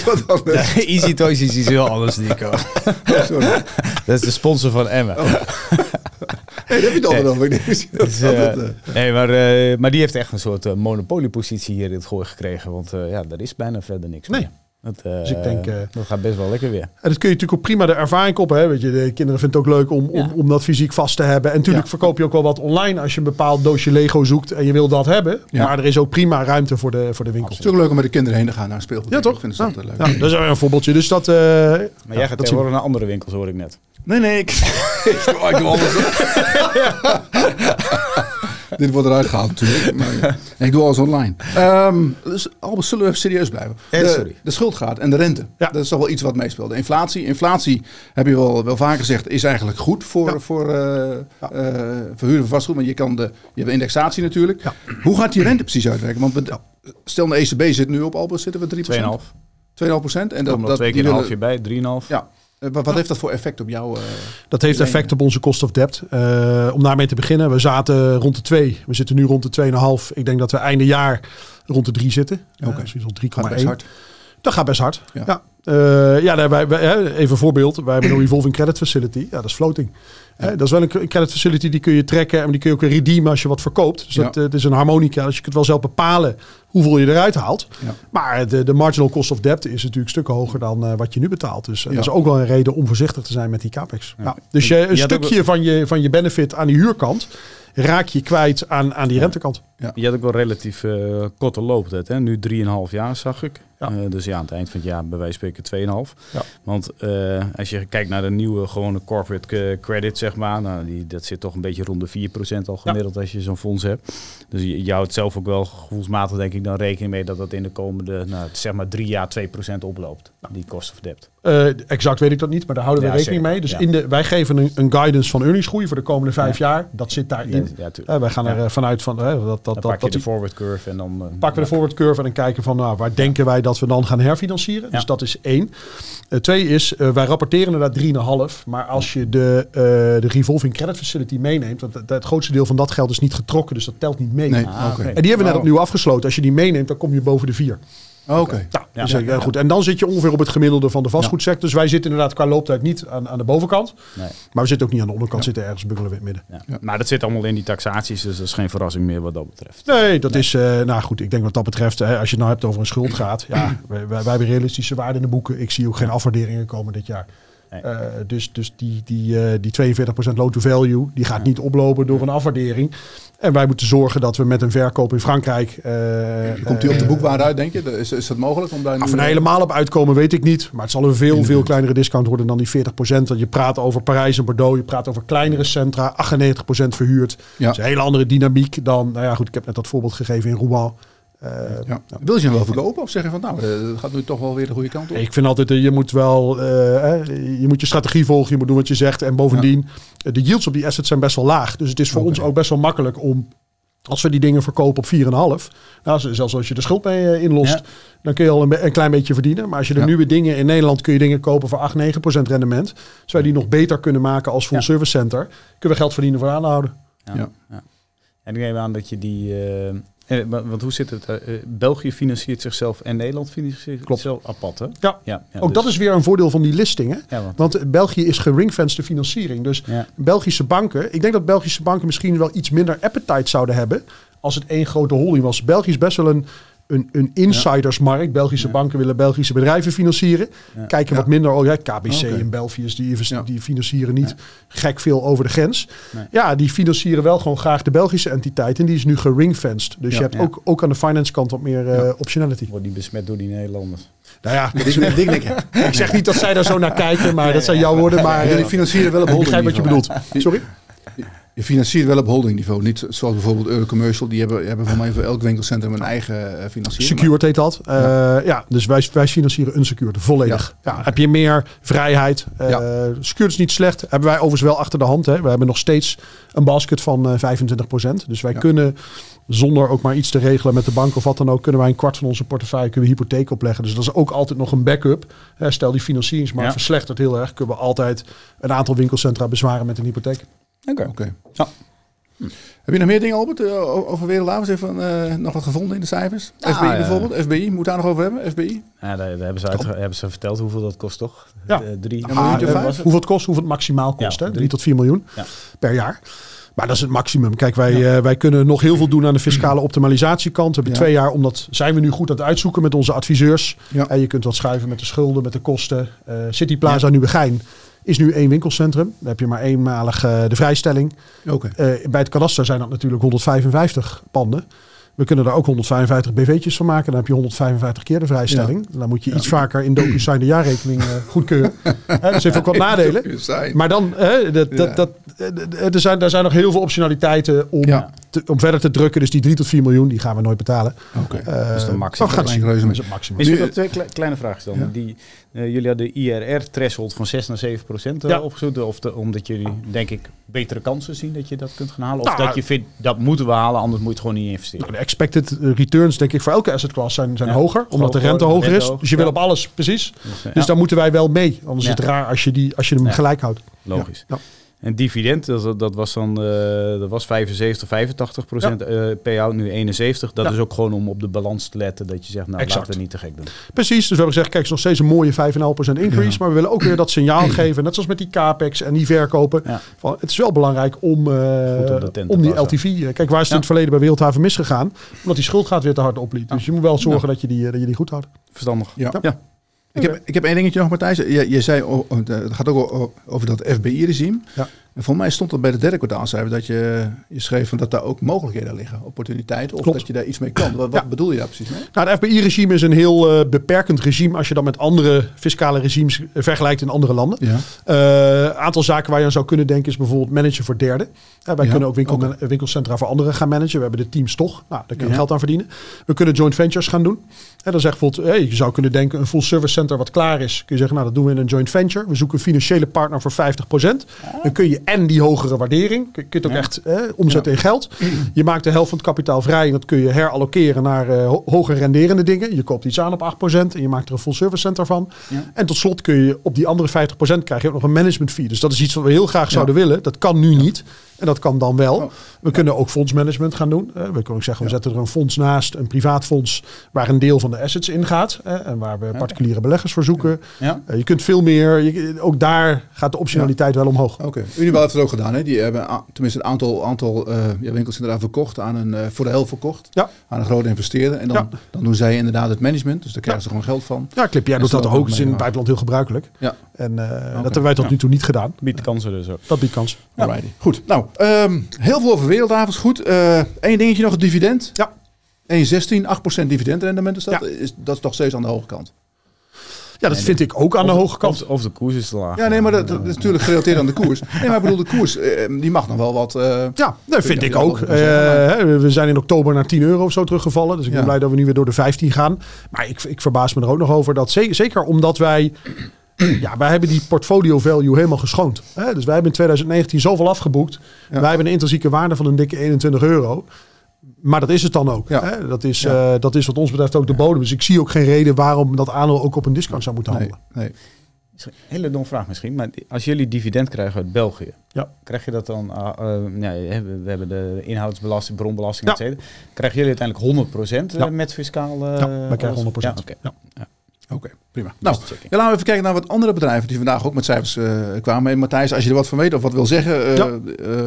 Toys. Easy Toys is iets heel anders, Nico. Sorry. Dat is de sponsor van Emmen. Oh. Hey, dat heb je het altijd over. Maar die heeft echt een soort monopoliepositie hier in het Gooi gekregen. Want daar is bijna verder niks meer. Dus ik denk, dat gaat best wel lekker weer. En dat kun je natuurlijk ook prima de ervaring op. Hè? Weet je, de kinderen vinden het ook leuk om dat fysiek vast te hebben. En natuurlijk verkoop je ook wel wat online als je een bepaald doosje Lego zoekt en je wil dat hebben. Ja. Maar er is ook prima ruimte voor de winkels. Het is ook leuk om met de kinderen heen te gaan naar een speelgoed. Ja, toch? Ik vind het altijd leuk. Ja, dat is een voorbeeldje. Dus dat, maar jij gaat tegenwoordig naar andere winkels, hoor ik net. Nee, ik doe alles. Dit wordt eruit gehaald natuurlijk. Maar ik doe alles online. Dus Albert, zullen we even serieus blijven? De schuldgraad en de rente. Ja. Dat is toch wel iets wat meespeelt. De inflatie. Inflatie, heb je wel vaker gezegd, is eigenlijk goed voor verhuren van vastgoed. Want je hebt indexatie natuurlijk. Ja. Hoe gaat die rente precies uitwerken? Want stel de ECB zit nu op, Albert, zitten we 3%? 2,5%. En dat 2 keer een halfje bij, 3,5%. Ja. Wat heeft dat voor effect op jou? Dat heeft effect op onze cost of debt. Om daarmee te beginnen. We zaten rond de 2. We zitten nu rond de 2,5. Ik denk dat we einde jaar rond de 3 zitten. Misschien rond 3,1. Dat gaat best hard. Even een voorbeeld. Wij hebben een revolving credit facility. Ja, dat is floating. Ja. Dat is wel een credit facility die kun je trekken en die kun je ook weer redeemen als je wat verkoopt. Dus dat is een harmonica. Dus je kunt wel zelf bepalen hoeveel je eruit haalt. Ja. Maar de marginal cost of debt is natuurlijk stukken hoger dan wat je nu betaalt. Dus dat is ook wel een reden om voorzichtig te zijn met die capex. Ja. Dus een stukje van je benefit aan die huurkant raak je kwijt aan die rentekant. Ja. Je had ook wel relatief korte looptijd. Hè? Nu 3,5 jaar zag ik. Ja. Dus aan het eind van het jaar bij wijze van spreken 2,5. Ja. Want als je kijkt naar de nieuwe gewone corporate credit, zeg maar. Nou, dat zit toch een beetje rond de 4% al gemiddeld als je zo'n fonds hebt. Dus je houdt zelf ook wel gevoelsmatig denk ik dan rekening mee dat dat in de komende zeg maar 3 jaar 2% oploopt. Die cost of debt. Exact weet ik dat niet, maar daar houden we rekening mee. Dus wij geven een guidance van earningsgroei voor de komende 5 jaar. Dat zit daarin. Wij gaan er vanuit van dan pak je de forward curve en dan pakken we de forward curve en dan kijken van waar denken wij dat we dan gaan herfinancieren. Dus dat is 1. 2 is wij rapporteren naar 3,5. Maar als je de revolving credit facility meeneemt, want het grootste deel van dat geld is niet getrokken, dus dat telt niet mee. Nee. Okay. En die hebben we net opnieuw afgesloten. Als je die meeneemt, dan kom je boven de 4. Oké. Goed. En dan zit je ongeveer op het gemiddelde van de vastgoedsector. Dus wij zitten inderdaad qua looptijd niet aan de bovenkant. Nee. Maar we zitten ook niet aan de onderkant. Zitten ergens bukkelen we in het midden. Ja. Maar dat zit allemaal in die taxaties. Dus dat is geen verrassing meer wat dat betreft. Nee, dat is... goed, ik denk wat dat betreft... als je het nou hebt over een schuld gaat. Wij hebben realistische waarden in de boeken. Ik zie ook geen afwaarderingen komen dit jaar. Nee. Dus die 42% loan to value... die gaat niet oplopen door een afwaardering. En wij moeten zorgen dat we met een verkoop in Frankrijk... Komt die op de boekwaarde uit, denk je? Is dat mogelijk? Om daar nu helemaal op uitkomen, weet ik niet. Maar het zal een veel kleinere discount worden dan die 40%. Want je praat over Parijs en Bordeaux. Je praat over kleinere centra. 98% verhuurd. Ja. Dat is een hele andere dynamiek dan... ik heb net dat voorbeeld gegeven in Rouen. Wil je hem wel verkopen? Of zeg je van dat gaat nu toch wel weer de goede kant op? Ik vind altijd, je moet wel... je moet je strategie volgen. Je moet doen wat je zegt. En bovendien, de yields op die assets zijn best wel laag. Dus het is voor ons ook best wel makkelijk om... Als we die dingen verkopen op 4,5... zelfs als je de schuld mee inlost... dan kun je al een klein beetje verdienen. Maar als je de nieuwe dingen... In Nederland kun je dingen kopen voor 8-9% rendement. Zodat we die nog beter kunnen maken als full service center... kunnen we geld verdienen voor aanhouden. Ja. En ik neem aan dat je die... want hoe zit het? België financiert zichzelf en Nederland financiert zichzelf apart, hè? Ja. Ook dus dat is weer een voordeel van die listing. Hè? Want België is geringfenced financiering. Dus Belgische banken... Ik denk dat Belgische banken misschien wel iets minder appetite zouden hebben... als het één grote holding was. België is best wel een insidersmarkt. Belgische banken willen Belgische bedrijven financieren. Kijken wat minder... KBC in België die financieren niet gek veel over de grens. Nee. Ja, die financieren wel gewoon graag de Belgische entiteit. En die is nu geringfenced. Dus je hebt ook aan de finance kant wat meer optionality. Wordt die besmet door die Nederlanders? Nou ja, dat is een ding. Ik zeg niet dat zij daar zo naar kijken, maar dat zijn jouw woorden. Maar die financieren wel op holding. Ik begrijp wat je bedoelt. Sorry? Je financiert wel op holdingniveau. Niet zoals bijvoorbeeld Eurocommercial. Die hebben voor mij voor elk winkelcentrum een eigen financiering. Secured heet dat. Dus wij financieren unsecured. Volledig. Heb je meer vrijheid. Secured is niet slecht. Hebben wij overigens wel achter de hand. Hè. We hebben nog steeds een basket van 25%. Dus wij kunnen, zonder ook maar iets te regelen met de bank of wat dan ook... kunnen wij een kwart van onze portefeuille hypotheek opleggen. Dus dat is ook altijd nog een backup. Stel die financieringsmarkt verslechtert heel erg. Kunnen we altijd een aantal winkelcentra bezwaren met een hypotheek. Oké. Ja. Heb je nog meer dingen, Albert, over Wereldhavens? Even nog wat gevonden in de cijfers? FBI bijvoorbeeld? FBI, moet daar nog over hebben? FBI? Ja, daar hebben ze verteld hoeveel dat kost, toch? Ja. 3 hoeveel het kost, hoeveel het maximaal kost. 3 tot 4 miljoen per jaar. Maar dat is het maximum. Kijk, wij kunnen nog heel veel doen aan de fiscale optimalisatiekant. We hebben 2 jaar, omdat zijn we nu goed aan het uitzoeken met onze adviseurs. Ja. En je kunt wat schuiven met de schulden, met de kosten. City Plaza Nieuwegein is nu 1 winkelcentrum. Dan heb je maar eenmalig de vrijstelling. Bij het kadaster zijn dat natuurlijk 155 panden. We kunnen daar ook 155 BV'tjes van maken. Dan heb je 155 keer de vrijstelling. Dan moet je iets vaker in DocuSign de jaarrekening goedkeuren. Dus heeft ook wat nadelen. Maar dan, er zijn nog heel veel optionaliteiten om verder te drukken. Dus die 3 tot 4 miljoen, die gaan we nooit betalen. Dus de maximum. Misschien nog 2 kleine vragen stellen. Jullie hadden de IRR-threshold van 6 naar 7% opgezocht. Omdat jullie, denk ik, betere kansen zien dat je dat kunt gaan halen? Of dat je vindt, dat moeten we halen, anders moet je het gewoon niet investeren? De expected returns, denk ik, voor elke asset class zijn hoger. Omdat de rente hoger is. Dus je wil op alles, precies. Dus daar moeten wij wel mee. Anders is het raar als je hem gelijk houdt. Logisch. En dividend, dat was dan 75, 85% payout, nu 71. Dat is ook gewoon om op de balans te letten. Dat je zegt, nou laten we niet te gek doen. Precies, dus we hebben gezegd, kijk, het is nog steeds een mooie 5,5% increase. Maar we willen ook weer dat signaal geven. Net zoals met die capex en die verkopen. Ja. Van, het is wel belangrijk om die LTV... Kijk, waar is het in het verleden bij Wereldhaven misgegaan? Omdat die schuldgraad weer te hard opliep. Dus je moet wel zorgen dat je die goed houdt. Verstandig. Ja. Ik heb één dingetje nog, Matthijs. Je zei, het gaat ook over dat FBI-regime. Ja. En volgens mij stond er bij de derde kwartaalcijfer dat je schreef van dat daar ook mogelijkheden liggen, opportuniteiten, of dat je daar iets mee kan. Wat bedoel je daar precies mee? Nou, het FBI-regime is een heel beperkend regime als je dan met andere fiscale regimes vergelijkt in andere landen. Ja. Aantal zaken waar je aan zou kunnen denken is bijvoorbeeld managen voor derden. Wij kunnen ook winkelcentra voor anderen gaan managen. We hebben de teams toch. Nou, daar kun je geld aan verdienen. We kunnen joint ventures gaan doen. Dan zeg bijvoorbeeld, je zou kunnen denken een full service center wat klaar is. Kun je zeggen, nou dat doen we in een joint venture. We zoeken een financiële partner voor 50%. Dan kun je en die hogere waardering. Kun je het ook echt omzetten in geld. Je maakt de helft van het kapitaal vrij. En dat kun je herallokeren naar hoger renderende dingen. Je koopt iets aan op 8% en je maakt er een full service center van. Ja. En tot slot kun je op die andere 50% krijg je ook nog een management fee. Dus dat is iets wat we heel graag zouden willen. Dat kan nu niet. En dat kan dan wel. We kunnen ook fondsmanagement gaan doen. We kunnen ook zeggen, we zetten er een fonds naast, een privaat fonds, waar een deel van de assets in gaat. En waar we particuliere beleggers voor zoeken. Ja. Je kunt veel meer, ook daar gaat de optionaliteit wel omhoog. Oké. Unibail heeft het ook gedaan. Hè? Die hebben tenminste een aantal winkels inderdaad verkocht, voor de helft verkocht. Ja. Aan een grote investeerder. En dan doen zij inderdaad het management. Dus daar krijgen ze gewoon geld van. Ja, Klipje doet dat ook. Dat is in het buitenland heel gebruikelijk. Ja. En dat hebben wij tot nu toe niet gedaan. Biedt kansen dus ook. Dat biedt kansen. Ja. Goed. Nou, heel veel over Wereldhavens. Goed. Eén dingetje nog, het dividend. Ja. 1,16, 8% dividendrendement is dat. Ja. Dat is toch steeds aan de hoge kant. Ja, dat vind ik ook aan de hoge kant. Of de koers is te laag. Ja, nee, maar dat is natuurlijk gerelateerd aan de koers. Nee, maar ik bedoel, de koers, die mag nog wel wat... ja, dat vind ik ook. We zijn in oktober naar €10 of zo teruggevallen. Dus ik ben blij dat we nu weer door de 15 gaan. Maar ik verbaas me er ook nog over. Dat zeker omdat wij... wij hebben die portfolio value helemaal geschoond. Dus wij hebben in 2019 zoveel afgeboekt. Ja. Wij hebben een intrinsieke waarde van een dikke €21. Maar dat is het dan ook. Ja. Dat is wat ons betreft ook de bodem. Dus ik zie ook geen reden waarom dat aandeel ook op een discount zou moeten handelen. Nee. Een hele domme vraag misschien. Maar als jullie dividend krijgen uit België. Ja. Krijg je dat dan... we hebben de inhoudsbelasting, bronbelasting, et cetera. Krijgen jullie uiteindelijk 100% met fiscaal... wij krijgen 100%. Ja, okay. Oké, prima. Nou, laten we even kijken naar wat andere bedrijven die vandaag ook met cijfers kwamen. Matthijs, als je er wat van weet of wat wil zeggen,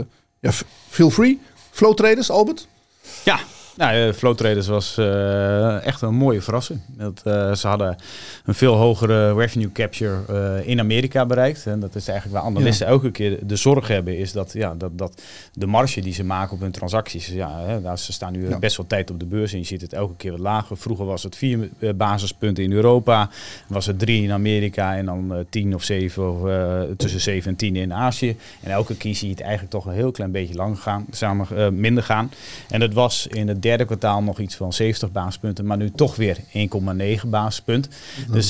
feel free. Flow Traders, Albert? Ja, Flow Traders was echt een mooie verrassing. Ze hadden een veel hogere revenue capture in Amerika bereikt. En dat is eigenlijk waar analisten elke keer de zorg hebben. Is dat de marge die ze maken op hun transacties. Ze staan nu best wel tijd op de beurs. En je ziet het elke keer wat lager. Vroeger was het 4 basispunten in Europa. Was het 3 in Amerika. En dan 10 of 7. Of tussen 7 en 10 in Azië. En elke keer zie je het eigenlijk toch een heel klein beetje minder gaan. En dat was in het derde kwartaal nog iets van 70 basispunten, maar nu toch weer 1,9 basispunt. Dus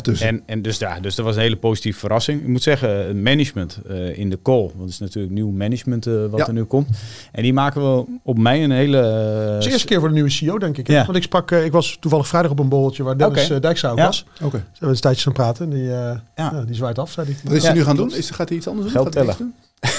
dat was een hele positieve verrassing. Ik moet zeggen, management in de call, dat is natuurlijk nieuw management wat er nu komt. En die maken we op mij een hele... Het is de eerste keer voor de nieuwe CEO, denk ik. Ja. Want ik was toevallig vrijdag op een borreltje waar Dennis Dijkstra ook was. Ze hebben een tijdje aan praten. Die zwaait af, zei hij. Wat is hij nu gaan doen? Gaat hij iets anders doen? Geld tellen.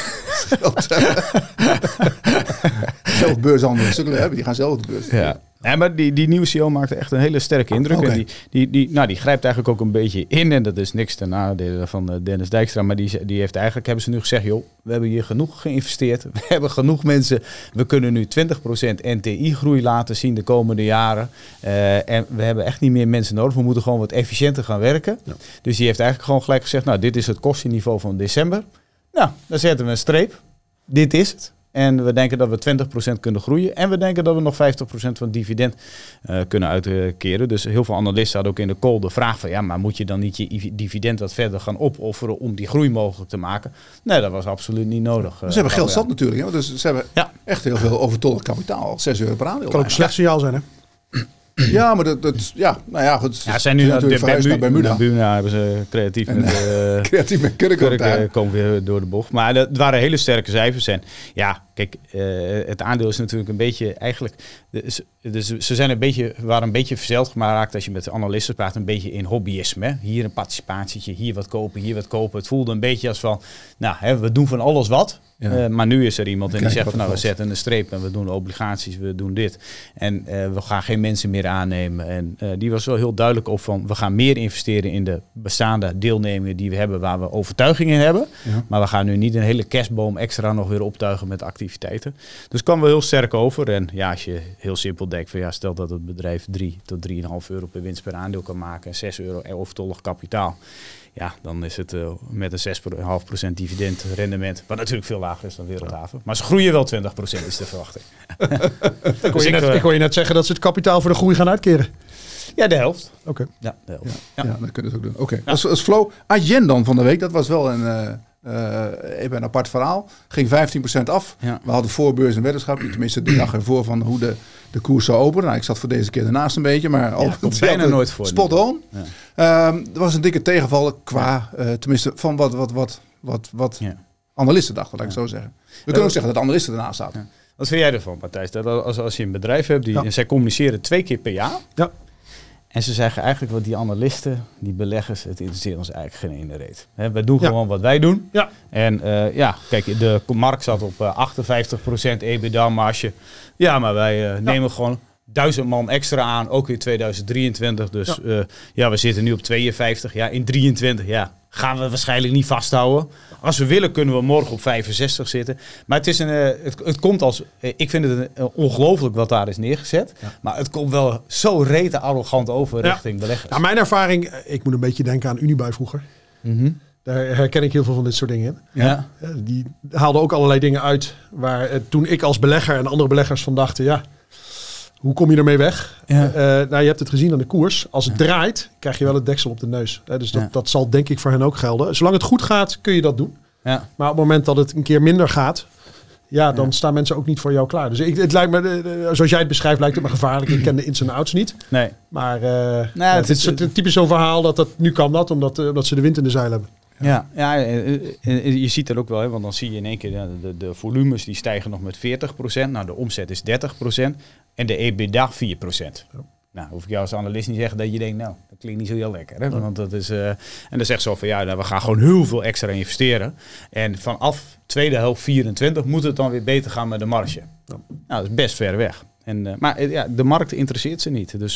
Zelf beurshandelen, die gaan zelf de beurs. Ja. Ja, maar die nieuwe CEO maakte echt een hele sterke indruk. Okay. En die grijpt eigenlijk ook een beetje in. En dat is niks ten nadele van Dennis Dijkstra. Maar hebben ze nu gezegd, joh, we hebben hier genoeg geïnvesteerd. We hebben genoeg mensen. We kunnen nu 20% NTI-groei laten zien de komende jaren. En we hebben echt niet meer mensen nodig. We moeten gewoon wat efficiënter gaan werken. Ja. Dus die heeft eigenlijk gewoon gelijk gezegd, nou, dit is het kostenniveau van december. Nou, dan zetten we een streep. Dit is het. En we denken dat we 20% kunnen groeien. En we denken dat we nog 50% van het dividend kunnen uitkeren. Dus heel veel analisten hadden ook in de call de vraag van... maar moet je dan niet je dividend wat verder gaan opofferen om die groei mogelijk te maken? Nee, dat was absoluut niet nodig. Ze hebben geld zat natuurlijk. Hè? Dus ze hebben echt heel veel overtollig kapitaal. €6 per aandeel. Kan ook een slecht signaal zijn, hè? Ja, maar dat nou ja, goed. Ja, zijn nu natuurlijk verhuisd naar Bermuda. Bermuda hebben ze creatief met kurk komen weer door de bocht. Maar het waren hele sterke cijfers. En ja, kijk, het aandeel is natuurlijk een beetje eigenlijk. Ze waren een beetje verzeild geraakt als je met de analisten praat, een beetje in hobbyisme. Hè? Hier een participatietje, hier wat kopen, hier wat kopen. Het voelde een beetje als van, nou, we doen van alles wat. Ja. Maar nu is er iemand en die zegt van, nou, we zetten een streep en we doen obligaties, we doen dit. En we gaan geen mensen meer aannemen. En die was wel heel duidelijk op van, we gaan meer investeren in de bestaande deelnemingen die we hebben, waar we overtuiging in hebben. Ja. Maar we gaan nu niet een hele kerstboom extra nog weer optuigen met activiteiten. Dus kwam wel heel sterk over. En ja, als je heel simpel denkt van, ja, stel dat het bedrijf 3 tot 3,5 euro per winst per aandeel kan maken en 6 euro overtollig kapitaal. Ja, dan is het met een 6,5% dividendrendement, wat natuurlijk veel lager is dan Wereldhaven. Maar ze groeien wel 20% is de verwachting. Ik hoor je net zeggen dat ze het kapitaal voor de groei gaan uitkeren. Ja, de helft. Oké. Ja, de helft. Ja, dat kunnen ze ook doen. Oké. Ja. Als flow, Adyen dan van de week, dat was wel even een apart verhaal. Ging 15% af. Ja. We hadden voorbeurs en weddenschap, tenminste de dag ervoor van hoe de koers zou openen. Nou, ik zat voor deze keer ernaast een beetje, maar al komt bijna nooit voor. Spot on. Ja. Er was een dikke tegenval qua, tenminste van wat analisten dachten, laat ik zo zeggen. We kunnen ook zeggen dat analisten ernaast zaten. Ja. Wat vind jij ervan, Matthijs? Dat als je een bedrijf hebt, zij communiceren 2 keer per jaar. Ja. En ze zeggen eigenlijk wat die analisten, die beleggers, het interesseert ons eigenlijk geen ene reet. Wij doen gewoon wat wij doen. Ja. En kijk, de markt zat op 58% EBITDA-marge. Ja, maar wij nemen gewoon 1000 man extra aan, ook in 2023. Dus we zitten nu op 52. Ja, in 23 gaan we waarschijnlijk niet vasthouden. Als we willen kunnen we morgen op 65 zitten. Maar het is het komt als, ik vind het ongelooflijk wat daar is neergezet. Ja. Maar het komt wel zo rete arrogant over richting beleggers. Nou, mijn ervaring, ik moet een beetje denken aan Unibuy vroeger. Mm-hmm. Daar herken ik heel veel van dit soort dingen in. Ja. Die haalden ook allerlei dingen uit waar toen ik als belegger en andere beleggers van dachten, hoe kom je ermee weg? Ja. Je hebt het gezien aan de koers. Als het draait, krijg je wel het deksel op de neus. Dus dat zal denk ik voor hen ook gelden. Zolang het goed gaat, kun je dat doen. Ja. Maar op het moment dat het een keer minder gaat, dan staan mensen ook niet voor jou klaar. Dus het lijkt me, zoals jij het beschrijft, lijkt het me gevaarlijk. Ik ken de ins en outs niet. Nee. Maar het is typisch zo'n verhaal dat nu kan dat, omdat ze de wind in de zeil hebben. Ja, je ziet het ook wel, want dan zie je in één keer de volumes die stijgen nog met 40%. Nou, de omzet is 30% en de EBITDA 4%. Ja. Nou, hoef ik jou als analist niet zeggen dat je denkt, nou, dat klinkt niet zo heel lekker. Hè? Ja. Want dat is, en dan zegt ze van, we gaan gewoon heel veel extra investeren. En vanaf tweede helft 24 moet het dan weer beter gaan met de marge. Ja. Nou, dat is best ver weg. Maar de markt interesseert ze niet. Dus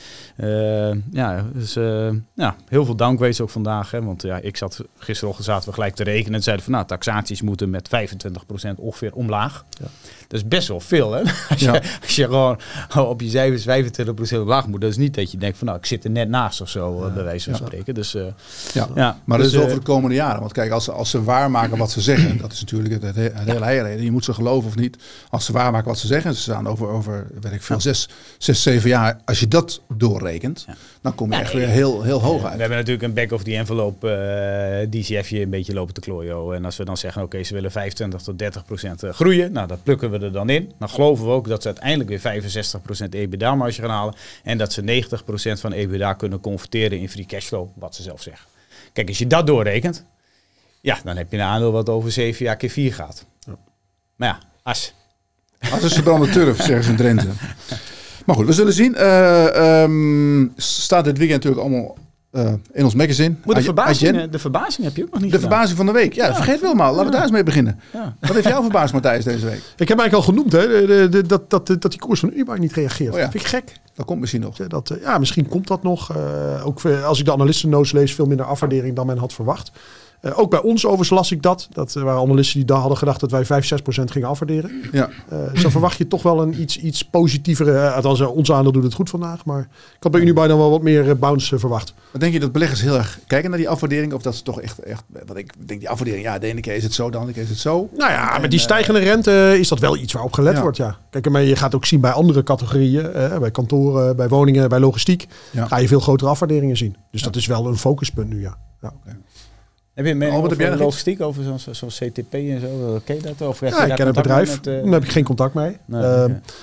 heel veel downgrades ook vandaag. Hè? Want gisterochtend zaten we gelijk te rekenen en zeiden van taxaties moeten met 25% ongeveer omlaag. Ja. Dat is best wel veel, hè? Als je gewoon op je cijfers 25% omlaag moet, dat is niet dat je denkt van ik zit er net naast of zo, bij wijze van spreken. Dus, maar dat is over de komende jaren. Want kijk, als ze waarmaken wat ze zeggen, dat is natuurlijk het hele eierreden. Je moet ze geloven of niet. Als ze waarmaken wat ze zeggen, ze staan over weet ik veel, 6, 7 jaar. Als je dat doorrekent, dan kom je echt weer heel, heel hoog uit. We hebben natuurlijk een back of the envelope DCF'je een beetje lopen te klooien. En als we dan zeggen, oké, ze willen 25 tot 30% groeien. Nou, dat plukken we er dan in. Dan geloven we ook dat ze uiteindelijk weer 65% EBITDA-marge gaan halen. En dat ze 90% van EBITDA kunnen converteren in free cashflow, wat ze zelf zeggen. Kijk, als je dat doorrekent, dan heb je een aandeel wat over 7 jaar keer 4 gaat. Ja. Maar as is verbrande turf, zeggen ze in Drenthe. Maar goed, we zullen zien. Staat dit weekend natuurlijk allemaal in ons magazine. De verbazing heb je ook nog niet gedaan. De verbazing van de week. Ja, vergeet wel maar. Laten we daar eens mee beginnen. Ja. Wat heeft jou verbaasd, Matthijs, deze week? Ik heb eigenlijk al genoemd dat die koers van Unibuy niet reageert. Dat vind ik gek. Dat komt misschien nog. Misschien komt dat nog. Ook als ik de analisten-notes lees, veel minder afwaardering dan men had verwacht. Ook bij ons overigens las ik dat. Dat waren analisten die hadden gedacht dat wij 5-6% gingen afwaarderen. Ja. Zo verwacht je toch wel een iets positievere. Althans, ons aandeel doet het goed vandaag. Maar ik had bij Unibuy dan wel wat meer bounce verwacht. Maar denk je dat beleggers heel erg kijken naar die afwaardering? Of dat ze toch echt wat ik denk, die afwaardering, de ene keer is het zo, de andere keer is het zo. Nou ja, met die stijgende rente is dat wel iets waarop gelet wordt. Ja. Kijk, maar je gaat ook zien bij andere categorieën. Bij kantoren, bij woningen, bij logistiek. Ja. Ga je veel grotere afwaarderingen zien. Dus dat is wel een focuspunt nu, ja. Okay. Heb je een mening over logistiek, over zo'n CTP en zo? Ken je dat? Of ik ken het bedrijf. Daar heb ik geen contact mee. Nee,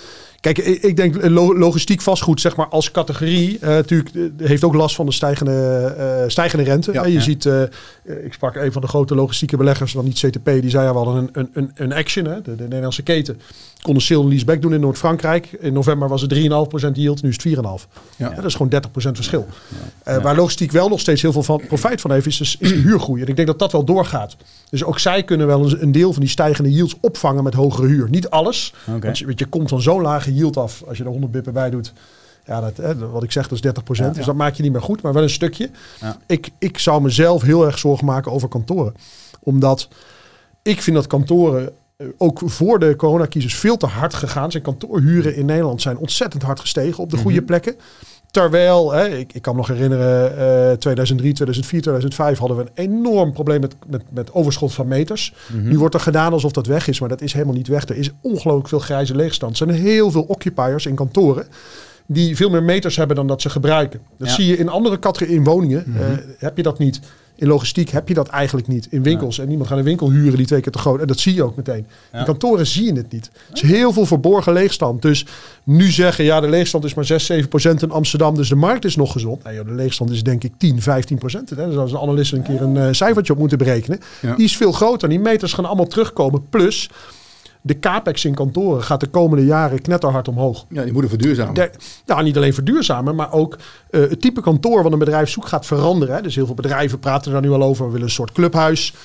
Kijk, ik denk logistiek vastgoed, zeg maar, als categorie, natuurlijk heeft ook last van de stijgende rente. Ja, je ziet, ik sprak een van de grote logistieke beleggers, dan niet CTP, die zei we hadden een Action, hè, de Nederlandse keten, kon een sale and leaseback doen in Noord-Frankrijk. In november was het 3,5% yield, nu is het 4,5%. Ja. Dat is gewoon 30% verschil. Waar logistiek wel nog steeds heel veel van profijt van heeft, is de huurgroei. En ik denk dat dat wel doorgaat. Dus ook zij kunnen wel een deel van die stijgende yields opvangen met hogere huur. Niet alles, want je komt van zo'n lage yield af als je er 100 bippen bij doet. Ja, wat ik zeg, dat is 30%. Dus dat maak je niet meer goed, maar wel een stukje. Ja. Ik zou mezelf heel erg zorgen maken over kantoren. Omdat ik vind dat kantoren ook voor de coronacrisis veel te hard gegaan zijn. Kantoorhuren in Nederland zijn ontzettend hard gestegen op de goede plekken. Terwijl, ik kan me nog herinneren, 2003, 2004, 2005 hadden we een enorm probleem met overschot van meters. Nu wordt er gedaan alsof dat weg is, maar dat is helemaal niet weg. Er is ongelooflijk veel grijze leegstand. Er zijn heel veel occupiers in kantoren die veel meer meters hebben dan dat ze gebruiken. Dat zie je in andere categorieën. In woningen heb je dat niet. In logistiek heb je dat eigenlijk niet. In winkels. En niemand gaat een winkel huren die 2 keer te groot. En dat zie je ook meteen. Ja. In kantoren zie je het niet. Er is heel veel verborgen leegstand. Dus nu zeggen, de leegstand is maar 6-7% in Amsterdam. Dus de markt is nog gezond. Nou, de leegstand is denk ik 10-15%. Dus als een analist een keer een cijfertje op moeten berekenen. Ja. Die is veel groter. Die meters gaan allemaal terugkomen. Plus, de capex in kantoren gaat de komende jaren knetterhard omhoog. Ja, die moeten verduurzamen. Niet alleen verduurzamen, maar ook het type kantoor wat een bedrijf zoekt gaat veranderen. Hè. Dus heel veel bedrijven praten daar nu al over. We willen een soort clubhuis.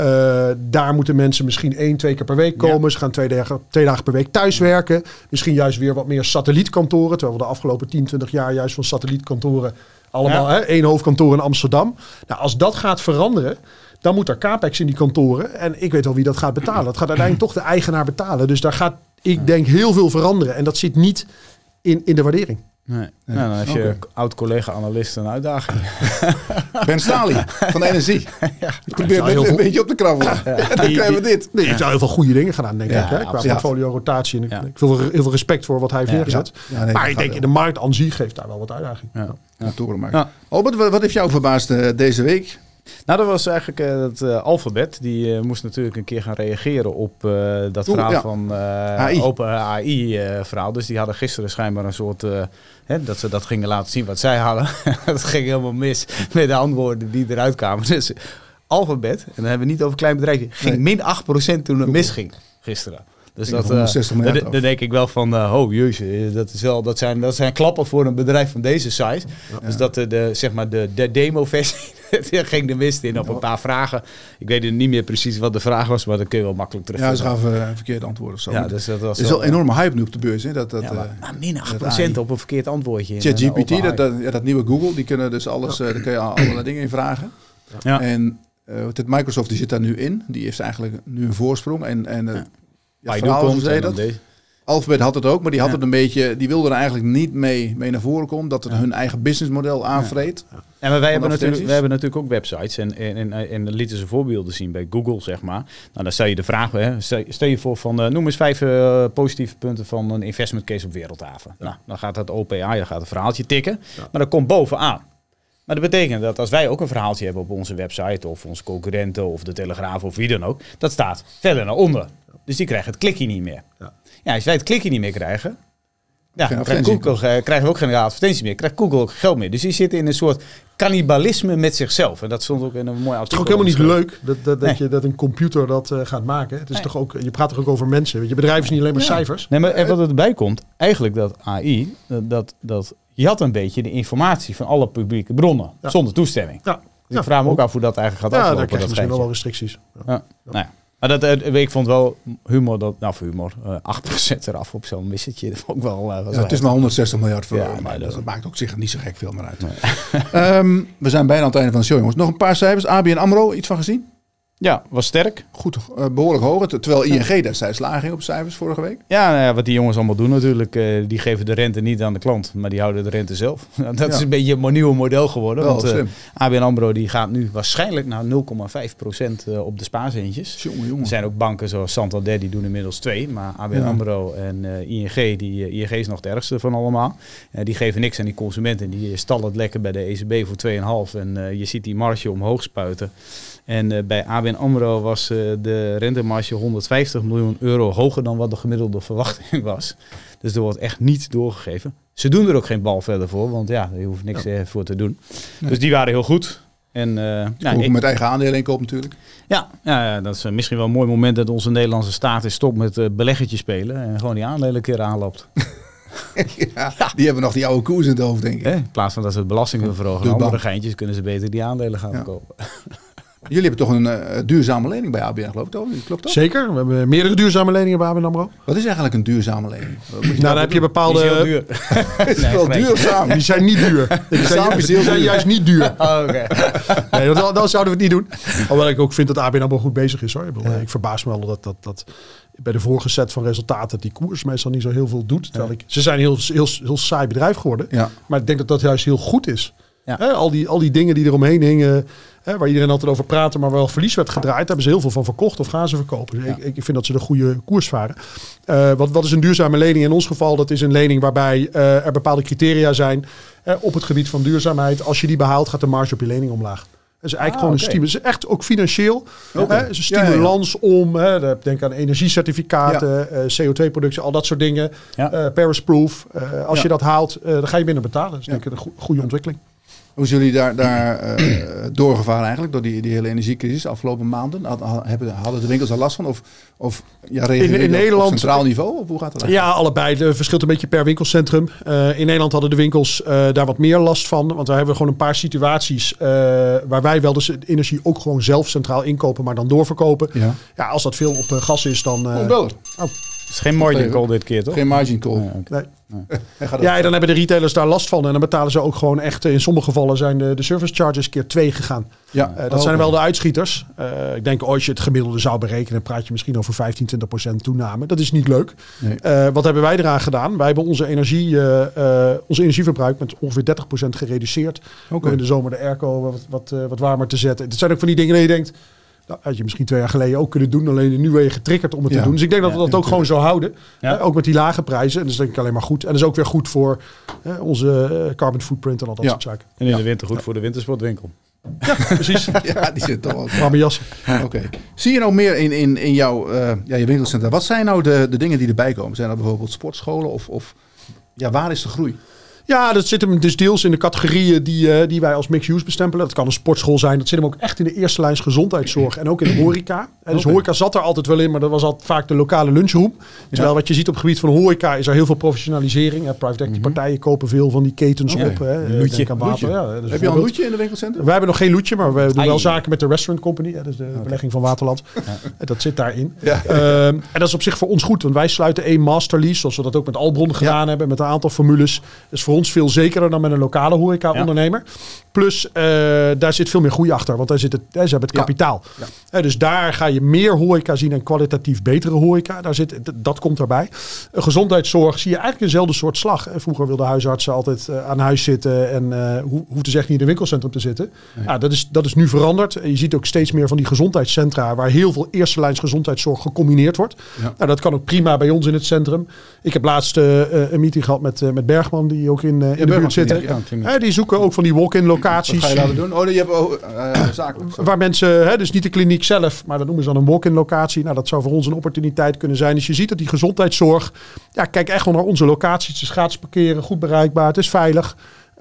Daar moeten mensen misschien 1-2 keer per week komen. Ja. Ze gaan 2 dagen per week thuiswerken. Misschien juist weer wat meer satellietkantoren. Terwijl we de afgelopen 10-20 jaar juist van satellietkantoren allemaal 1 hoofdkantoor in Amsterdam. Nou, als dat gaat veranderen, dan moet er capex in die kantoren. En ik weet al wie dat gaat betalen. Dat gaat uiteindelijk toch de eigenaar betalen. Dus daar gaat, ik denk, heel veel veranderen. En dat zit niet in de waardering. Nee. Nou, dan heb je oud-collega-analyst een uitdaging. Ben Stali van de Energie. Ik probeer een beetje op te krabbelen. En dan krijgen we dit. Nee, je zou heel veel goede dingen gedaan, denk ik. Hè? Qua portfolio-rotatie. Ik heb heel veel respect voor wat hij heeft neergezet. Ja, maar ik denk, in de markt aan zich geeft daar wel wat uitdaging. Albert, wat heeft jou verbaasd deze week? Nou, dat was eigenlijk het Alphabet. Die moest natuurlijk een keer gaan reageren op dat verhaal van Open AI-verhaal. Dus die hadden gisteren schijnbaar een soort, dat ze dat gingen laten zien wat zij hadden. Dat ging helemaal mis met de antwoorden die eruit kwamen. Dus Alphabet, en dan hebben we niet over klein bedrijfje, ging -8% toen het misging gisteren. Dus dan denk ik wel van, dat zijn klappen voor een bedrijf van deze size. Ja. Dus dat de demo-versie ging de mist in op een paar vragen. Ik weet niet meer precies wat de vraag was, maar dat kun je wel makkelijk terug. Ja, ze gaven verkeerde antwoorden. Zo. Ja, dus dat was is wel een enorme hype nu op de beurs. Hè? -8% op een verkeerd antwoordje. ChatGPT, dat nieuwe Google, die kunnen dus alles, daar kun je allerlei dingen in vragen. Ja. En Microsoft die zit daar nu in. Die heeft eigenlijk nu een voorsprong. Alphabet had het ook, maar die had het een beetje. Die wilde er eigenlijk niet mee naar voren komen, dat het hun eigen businessmodel aanvreet. Ja. En maar wij hebben natuurlijk ook websites en lieten ze voorbeelden zien bij Google, zeg maar. Nou, dan stel je de vraag, stel je voor van noem eens 5 positieve punten van een investment case op Wereldhaven. Ja. Nou, dan gaat dat OpenAI, dan gaat een verhaaltje tikken, maar dat komt bovenaan. Maar dat betekent dat als wij ook een verhaaltje hebben op onze website of onze concurrenten of de Telegraaf of wie dan ook, dat staat verder naar onder. Dus die krijgen het klikje niet meer. Ja, als wij het klikje niet meer krijgen, krijgen we ook geen advertenties meer. Krijgt Google ook geld meer. Dus die zitten in een soort cannibalisme met zichzelf. En dat stond ook in een mooi artikel. Het is ook helemaal niet leuk dat een computer dat gaat maken. Het is toch ook, je praat toch ook over mensen. Want je bedrijf is niet alleen maar cijfers. Nee, maar en wat erbij komt, eigenlijk dat AI, dat je had een beetje de informatie van alle publieke bronnen zonder toestemming. Ja. Dus ik vraag me ook af hoe dat eigenlijk gaat aflopen. Ja, daar krijg je misschien wel restricties. Maar ik vond wel humor, 8% eraf op zo'n missetje. Dat vond ik wel, het is maar 160 miljard voor euro, maar dat maakt ook zich niet zo gek veel meer uit. Nee. We zijn bijna aan het einde van de show, jongens. Nog een paar cijfers. ABN AMRO, iets van gezien? Ja, was sterk. Goed, behoorlijk hoog. Terwijl ING destijds laag ging op cijfers vorige week. Ja, wat die jongens allemaal doen natuurlijk. Die geven de rente niet aan de klant, maar die houden de rente zelf. Dat is een beetje een nieuwe model geworden. Wel, want ABN AMRO die gaat nu waarschijnlijk naar 0,5% op de spaarcentjes. Jongen. Er zijn ook banken zoals Santander, die doen inmiddels 2. Maar ABN AMRO en ING, ING is nog het ergste van allemaal. Die geven niks aan die consumenten. Die stallen het lekker bij de ECB voor 2,5. En je ziet die marge omhoog spuiten. En bij ABN ABN AMRO was de rentemarge 150 miljoen euro hoger dan wat de gemiddelde verwachting was. Dus er wordt echt niet doorgegeven. Ze doen er ook geen bal verder voor, want je hoeft niks voor te doen. Nee. Dus die waren heel goed. En, ook met eigen aandelen inkoop natuurlijk. Ja, dat is misschien wel een mooi moment dat onze Nederlandse staat is stopt met beleggetje spelen en gewoon die aandelen een keer aanloopt. Die hebben nog die oude koers in het hoofd, denk ik. In plaats van dat ze het belastingen verhogen en andere geintjes, kunnen ze beter die aandelen gaan verkopen. Jullie hebben toch een duurzame lening bij ABN, geloof ik toch? Klopt dat? Zeker, we hebben meerdere duurzame leningen bij ABN AMRO. Wat is eigenlijk een duurzame lening? Dan heb je bepaalde... Die is heel duur. Het is wel duurzaam. Die zijn niet duur. Die zijn juist niet duur. Okay. Nee, dan zouden we het niet doen. Alhoewel ik ook vind dat ABN AMRO goed bezig is, hoor. Ik verbaas me wel dat bij de vorige set van resultaten die koers meestal niet zo heel veel doet. Ze zijn een heel saai bedrijf geworden. Ja. Maar ik denk dat dat juist heel goed is. Ja. Al die dingen die eromheen hingen, waar iedereen altijd over praatte, maar wel verlies werd gedraaid, hebben ze heel veel van verkocht of gaan ze verkopen. Dus ik vind dat ze de goede koers varen. Wat is een duurzame lening? In ons geval, dat is een lening waarbij er bepaalde criteria zijn op het gebied van duurzaamheid. Als je die behaalt, gaat de marge op je lening omlaag. Dat is eigenlijk gewoon een stimulans. Het is echt ook financieel. Het is een stimulans om, denk aan energiecertificaten, CO2-productie, al dat soort dingen. Paris-proof. Als je dat haalt, dan ga je binnen betalen. Dat is denk ik een goede ontwikkeling. Hoe zijn jullie daar doorgevaren eigenlijk door die hele energiecrisis de afgelopen maanden? Hadden de winkels daar last van? Of in Nederland, op centraal niveau? Of hoe gaat dat? Ja, allebei. Het verschilt een beetje per winkelcentrum. In Nederland hadden de winkels daar wat meer last van. Want daar hebben we gewoon een paar situaties waar wij wel de energie ook gewoon zelf centraal inkopen, maar dan doorverkopen. Ja, als dat veel op gas is, dan... Het is geen margin call dit keer, toch? Geen margin call. Nee. Ja, dan hebben de retailers daar last van. En dan betalen ze ook gewoon echt... In sommige gevallen zijn de service charges keer 2 gegaan. Ja. Dat zijn wel de uitschieters. Ik denk als je het gemiddelde zou berekenen, praat je misschien over 15-20% toename. Dat is niet leuk. Nee. Wat hebben wij eraan gedaan? Wij hebben onze energieverbruik met ongeveer 30% gereduceerd. Door in de zomer de airco wat warmer te zetten. Het zijn ook van die dingen dat je denkt... Dat had je misschien 2 jaar geleden ook kunnen doen. Alleen nu ben je getriggerd om het te doen. Dus ik denk dat we dat ook gewoon zo houden. Ja. Ook met die lage prijzen. En dat is denk ik alleen maar goed. En dat is ook weer goed voor onze carbon footprint en al dat soort zaken. En in de winter goed voor de wintersportwinkel. Ja, precies. Die zit toch ook. Warme jassen. Oké. Zie je nou meer in jouw je winkelcentrum? Wat zijn nou de dingen die erbij komen? Zijn dat bijvoorbeeld sportscholen? Of waar is de groei? Ja, dat zit hem dus deels in de categorieën die wij als mixed-use bestempelen. Dat kan een sportschool zijn. Dat zit hem ook echt in de eerste lijns gezondheidszorg. En ook in de horeca. Dus horeca zat er altijd wel in, maar dat was altijd vaak de lokale lunchroom. Terwijl wat je ziet op het gebied van horeca is er heel veel professionalisering. Private equity partijen kopen veel van die ketens op. Loetje. Dus heb je al een loetje in de winkelcentrum? Wij hebben nog geen loetje, maar we doen wel zaken met de restaurant company. Dus de belegging van Waterland. Dat zit daarin. Ja. En dat is op zich voor ons goed. Want wij sluiten 1 master lease, zoals we dat ook met Albron gedaan hebben. Met een aantal formules. Dus voor ons veel zekerder dan met een lokale horeca-ondernemer. Plus, daar zit veel meer groei achter. Want ze hebben het kapitaal. Ja. Dus daar ga je meer horeca zien en kwalitatief betere horeca. Dat komt daarbij. Gezondheidszorg zie je eigenlijk eenzelfde soort slag. Vroeger wilden huisartsen altijd aan huis zitten en hoefden ze echt niet in een winkelcentrum te zitten. Nee. Ja, dat is nu veranderd. Je ziet ook steeds meer van die gezondheidscentra waar heel veel eerste lijns gezondheidszorg gecombineerd wordt. Ja. Nou, dat kan ook prima bij ons in het centrum. Ik heb laatst een meeting gehad met Bergman, die ook in de buurt zitten. Die zoeken ook van die walk-in locaties. Wat ga je laten doen? Je hebt zaken. Waar mensen, dus niet de kliniek zelf, maar dat noemen ze dan een walk-in locatie. Nou, dat zou voor ons een opportuniteit kunnen zijn. Dus je ziet dat die gezondheidszorg, kijk echt wel naar onze locaties. Het is gratis parkeren, goed bereikbaar, het is veilig.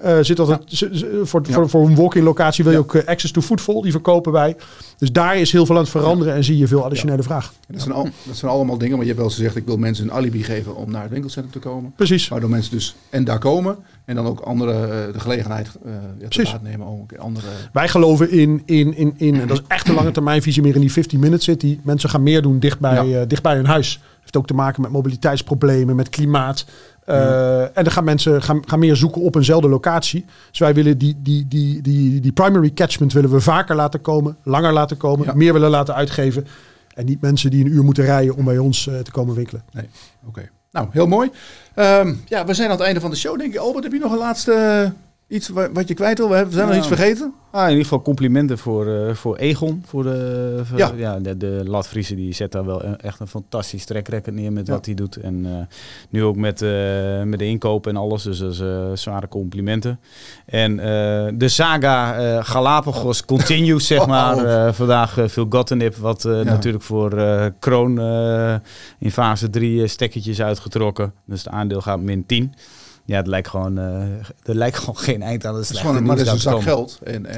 Voor een walk-in locatie wil je ook access to footfall, die verkopen wij. Dus daar is heel veel aan het veranderen en zie je veel additionele vraag. Dat zijn allemaal dingen, maar je hebt wel eens gezegd, ik wil mensen een alibi geven om naar het winkelcentrum te komen. Precies. Waardoor mensen dus en daar komen en dan ook anderen de gelegenheid te laten nemen om ook andere... Wij geloven in en dat is echt een lange termijnvisie, meer in die 50-minute city. Mensen gaan meer doen dicht bij hun huis. Het heeft ook te maken met mobiliteitsproblemen, met klimaat. En dan gaan mensen gaan meer zoeken op eenzelfde locatie. Dus wij willen die primary catchment willen we vaker laten komen, langer laten komen, meer willen laten uitgeven. En niet mensen die een uur moeten rijden om bij ons te komen winkelen. Nee, oké. Nou, heel mooi. We zijn aan het einde van de show, denk ik. Albert, heb je nog een Iets wat je kwijt wil? We zijn nog iets vergeten? In ieder geval complimenten voor Egon. De Latvriese die zet daar wel echt een fantastisch track record neer met wat hij doet. En nu ook met de inkoop en alles. Dus dat is zware complimenten. En de saga Galapagos continues, zeg maar. Vandaag Phil Gottenip, wat natuurlijk voor Kroon in fase 3 stekkertjes uitgetrokken. Dus het aandeel gaat min 10. Ja, er lijkt gewoon geen eind aan de slechte nieuws. Maar dat is een zak geld.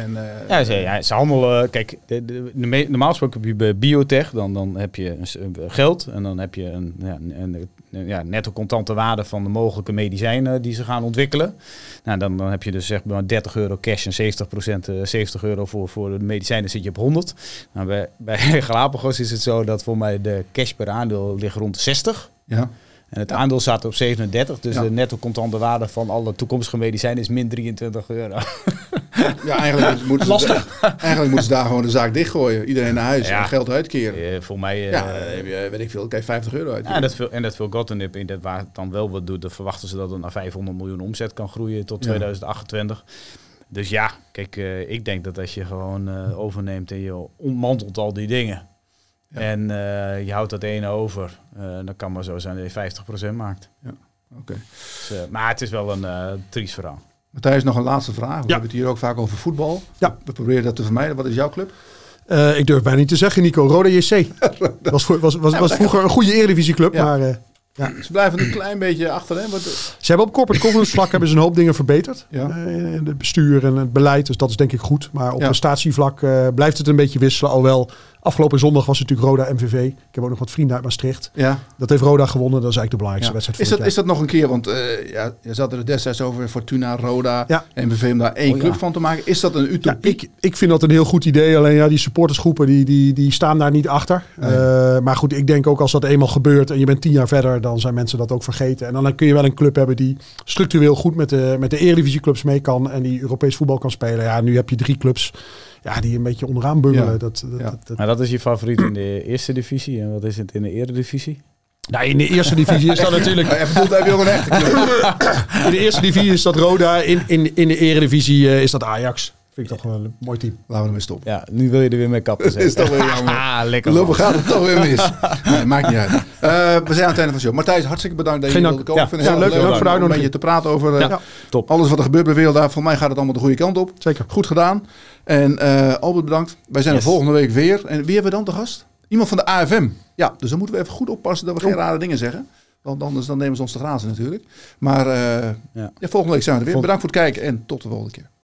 Ze handelen... Kijk, normaal gesproken heb je bij biotech, dan heb je geld en dan heb je een netto contante waarde van de mogelijke medicijnen die ze gaan ontwikkelen. Nou, dan heb je dus zeg maar €30 cash en 70% €70 voor de medicijnen zit je op 100. Nou, bij Galapagos is het zo dat voor mij de cash per aandeel ligt rond de 60. Ja. En het aandeel staat op 37, dus de netto contante waarde van alle toekomstige medicijnen is min €23. Ja, eigenlijk moeten ze daar gewoon de zaak dichtgooien. Iedereen naar huis en geld uitkeren. Voor mij... weet ik veel, kijk €50 uit. Ja, dat Phil Gottenip, waar het dan wel wat doet, dan verwachten ze dat het naar 500 miljoen omzet kan groeien tot 2028. Dus ja, kijk, ik denk dat als je gewoon overneemt en je ontmantelt al die dingen... Ja. En je houdt dat ene over. Dan kan maar zo zijn dat je 50% maakt. Ja, oké. Dus, maar het is wel een triest verhaal. Matthijs, nog een laatste vraag. We hebben het hier ook vaak over voetbal. Ja. We proberen dat te vermijden. Wat is jouw club? Ik durf bijna niet te zeggen, Nico. Roda JC. was vroeger een goede Eredivisieclub. Ja. Maar, ze blijven een klein beetje achter. Hè? Ze hebben op corporate governance vlak hebben ze een hoop dingen verbeterd. Ja. Het bestuur en het beleid. Dus dat is denk ik goed. Maar op prestatievlak blijft het een beetje wisselen. Alhoewel... Afgelopen zondag was het natuurlijk Roda MVV. Ik heb ook nog wat vrienden uit Maastricht. Ja. Dat heeft Roda gewonnen. Dat is eigenlijk de belangrijkste wedstrijd. Is dat nog een keer? Want je zat er destijds over Fortuna, Roda, MVV om daar één club van te maken. Is dat een utopie? Ja, ik vind dat een heel goed idee. Alleen die supportersgroepen die staan daar niet achter. Nee. Maar goed, ik denk ook als dat eenmaal gebeurt en je bent 10 jaar verder, dan zijn mensen dat ook vergeten. En dan kun je wel een club hebben die structureel goed met de Eredivisieclubs mee kan en die Europees voetbal kan spelen. Ja, nu heb je 3 clubs. Ja, die een beetje onderaan bungelen. Ja. Maar dat is je favoriet in de eerste divisie. En wat is het in de eredivisie? Nou, in de eerste divisie is dat natuurlijk... heb je ook een echte club. In de eerste divisie is dat Roda. In de eredivisie is dat Ajax. Vind ik toch wel een mooi team. Laten we ermee stoppen. Ja, nu wil je er weer mee kappen. Dat is toch weer jammer. Lekker. Lopen gaat het toch weer mis. Nee, maakt niet uit. We zijn aan het einde van de show. Matthijs, hartstikke bedankt dat je wilde komen. Ik vind het heel leuk voor de uitnodiging. Om je te praten over top. Alles wat er gebeurt bij Wereld. Voor mij gaat het allemaal de goede kant op. Zeker. Goed gedaan. En Albert, bedankt. Wij zijn er volgende week weer. En wie hebben we dan te gast? Iemand van de AFM. Ja, dus dan moeten we even goed oppassen dat we geen rare dingen zeggen. Want anders dan nemen ze ons te grazen natuurlijk. Maar volgende week zijn we er weer. Bedankt voor het kijken en tot de volgende keer.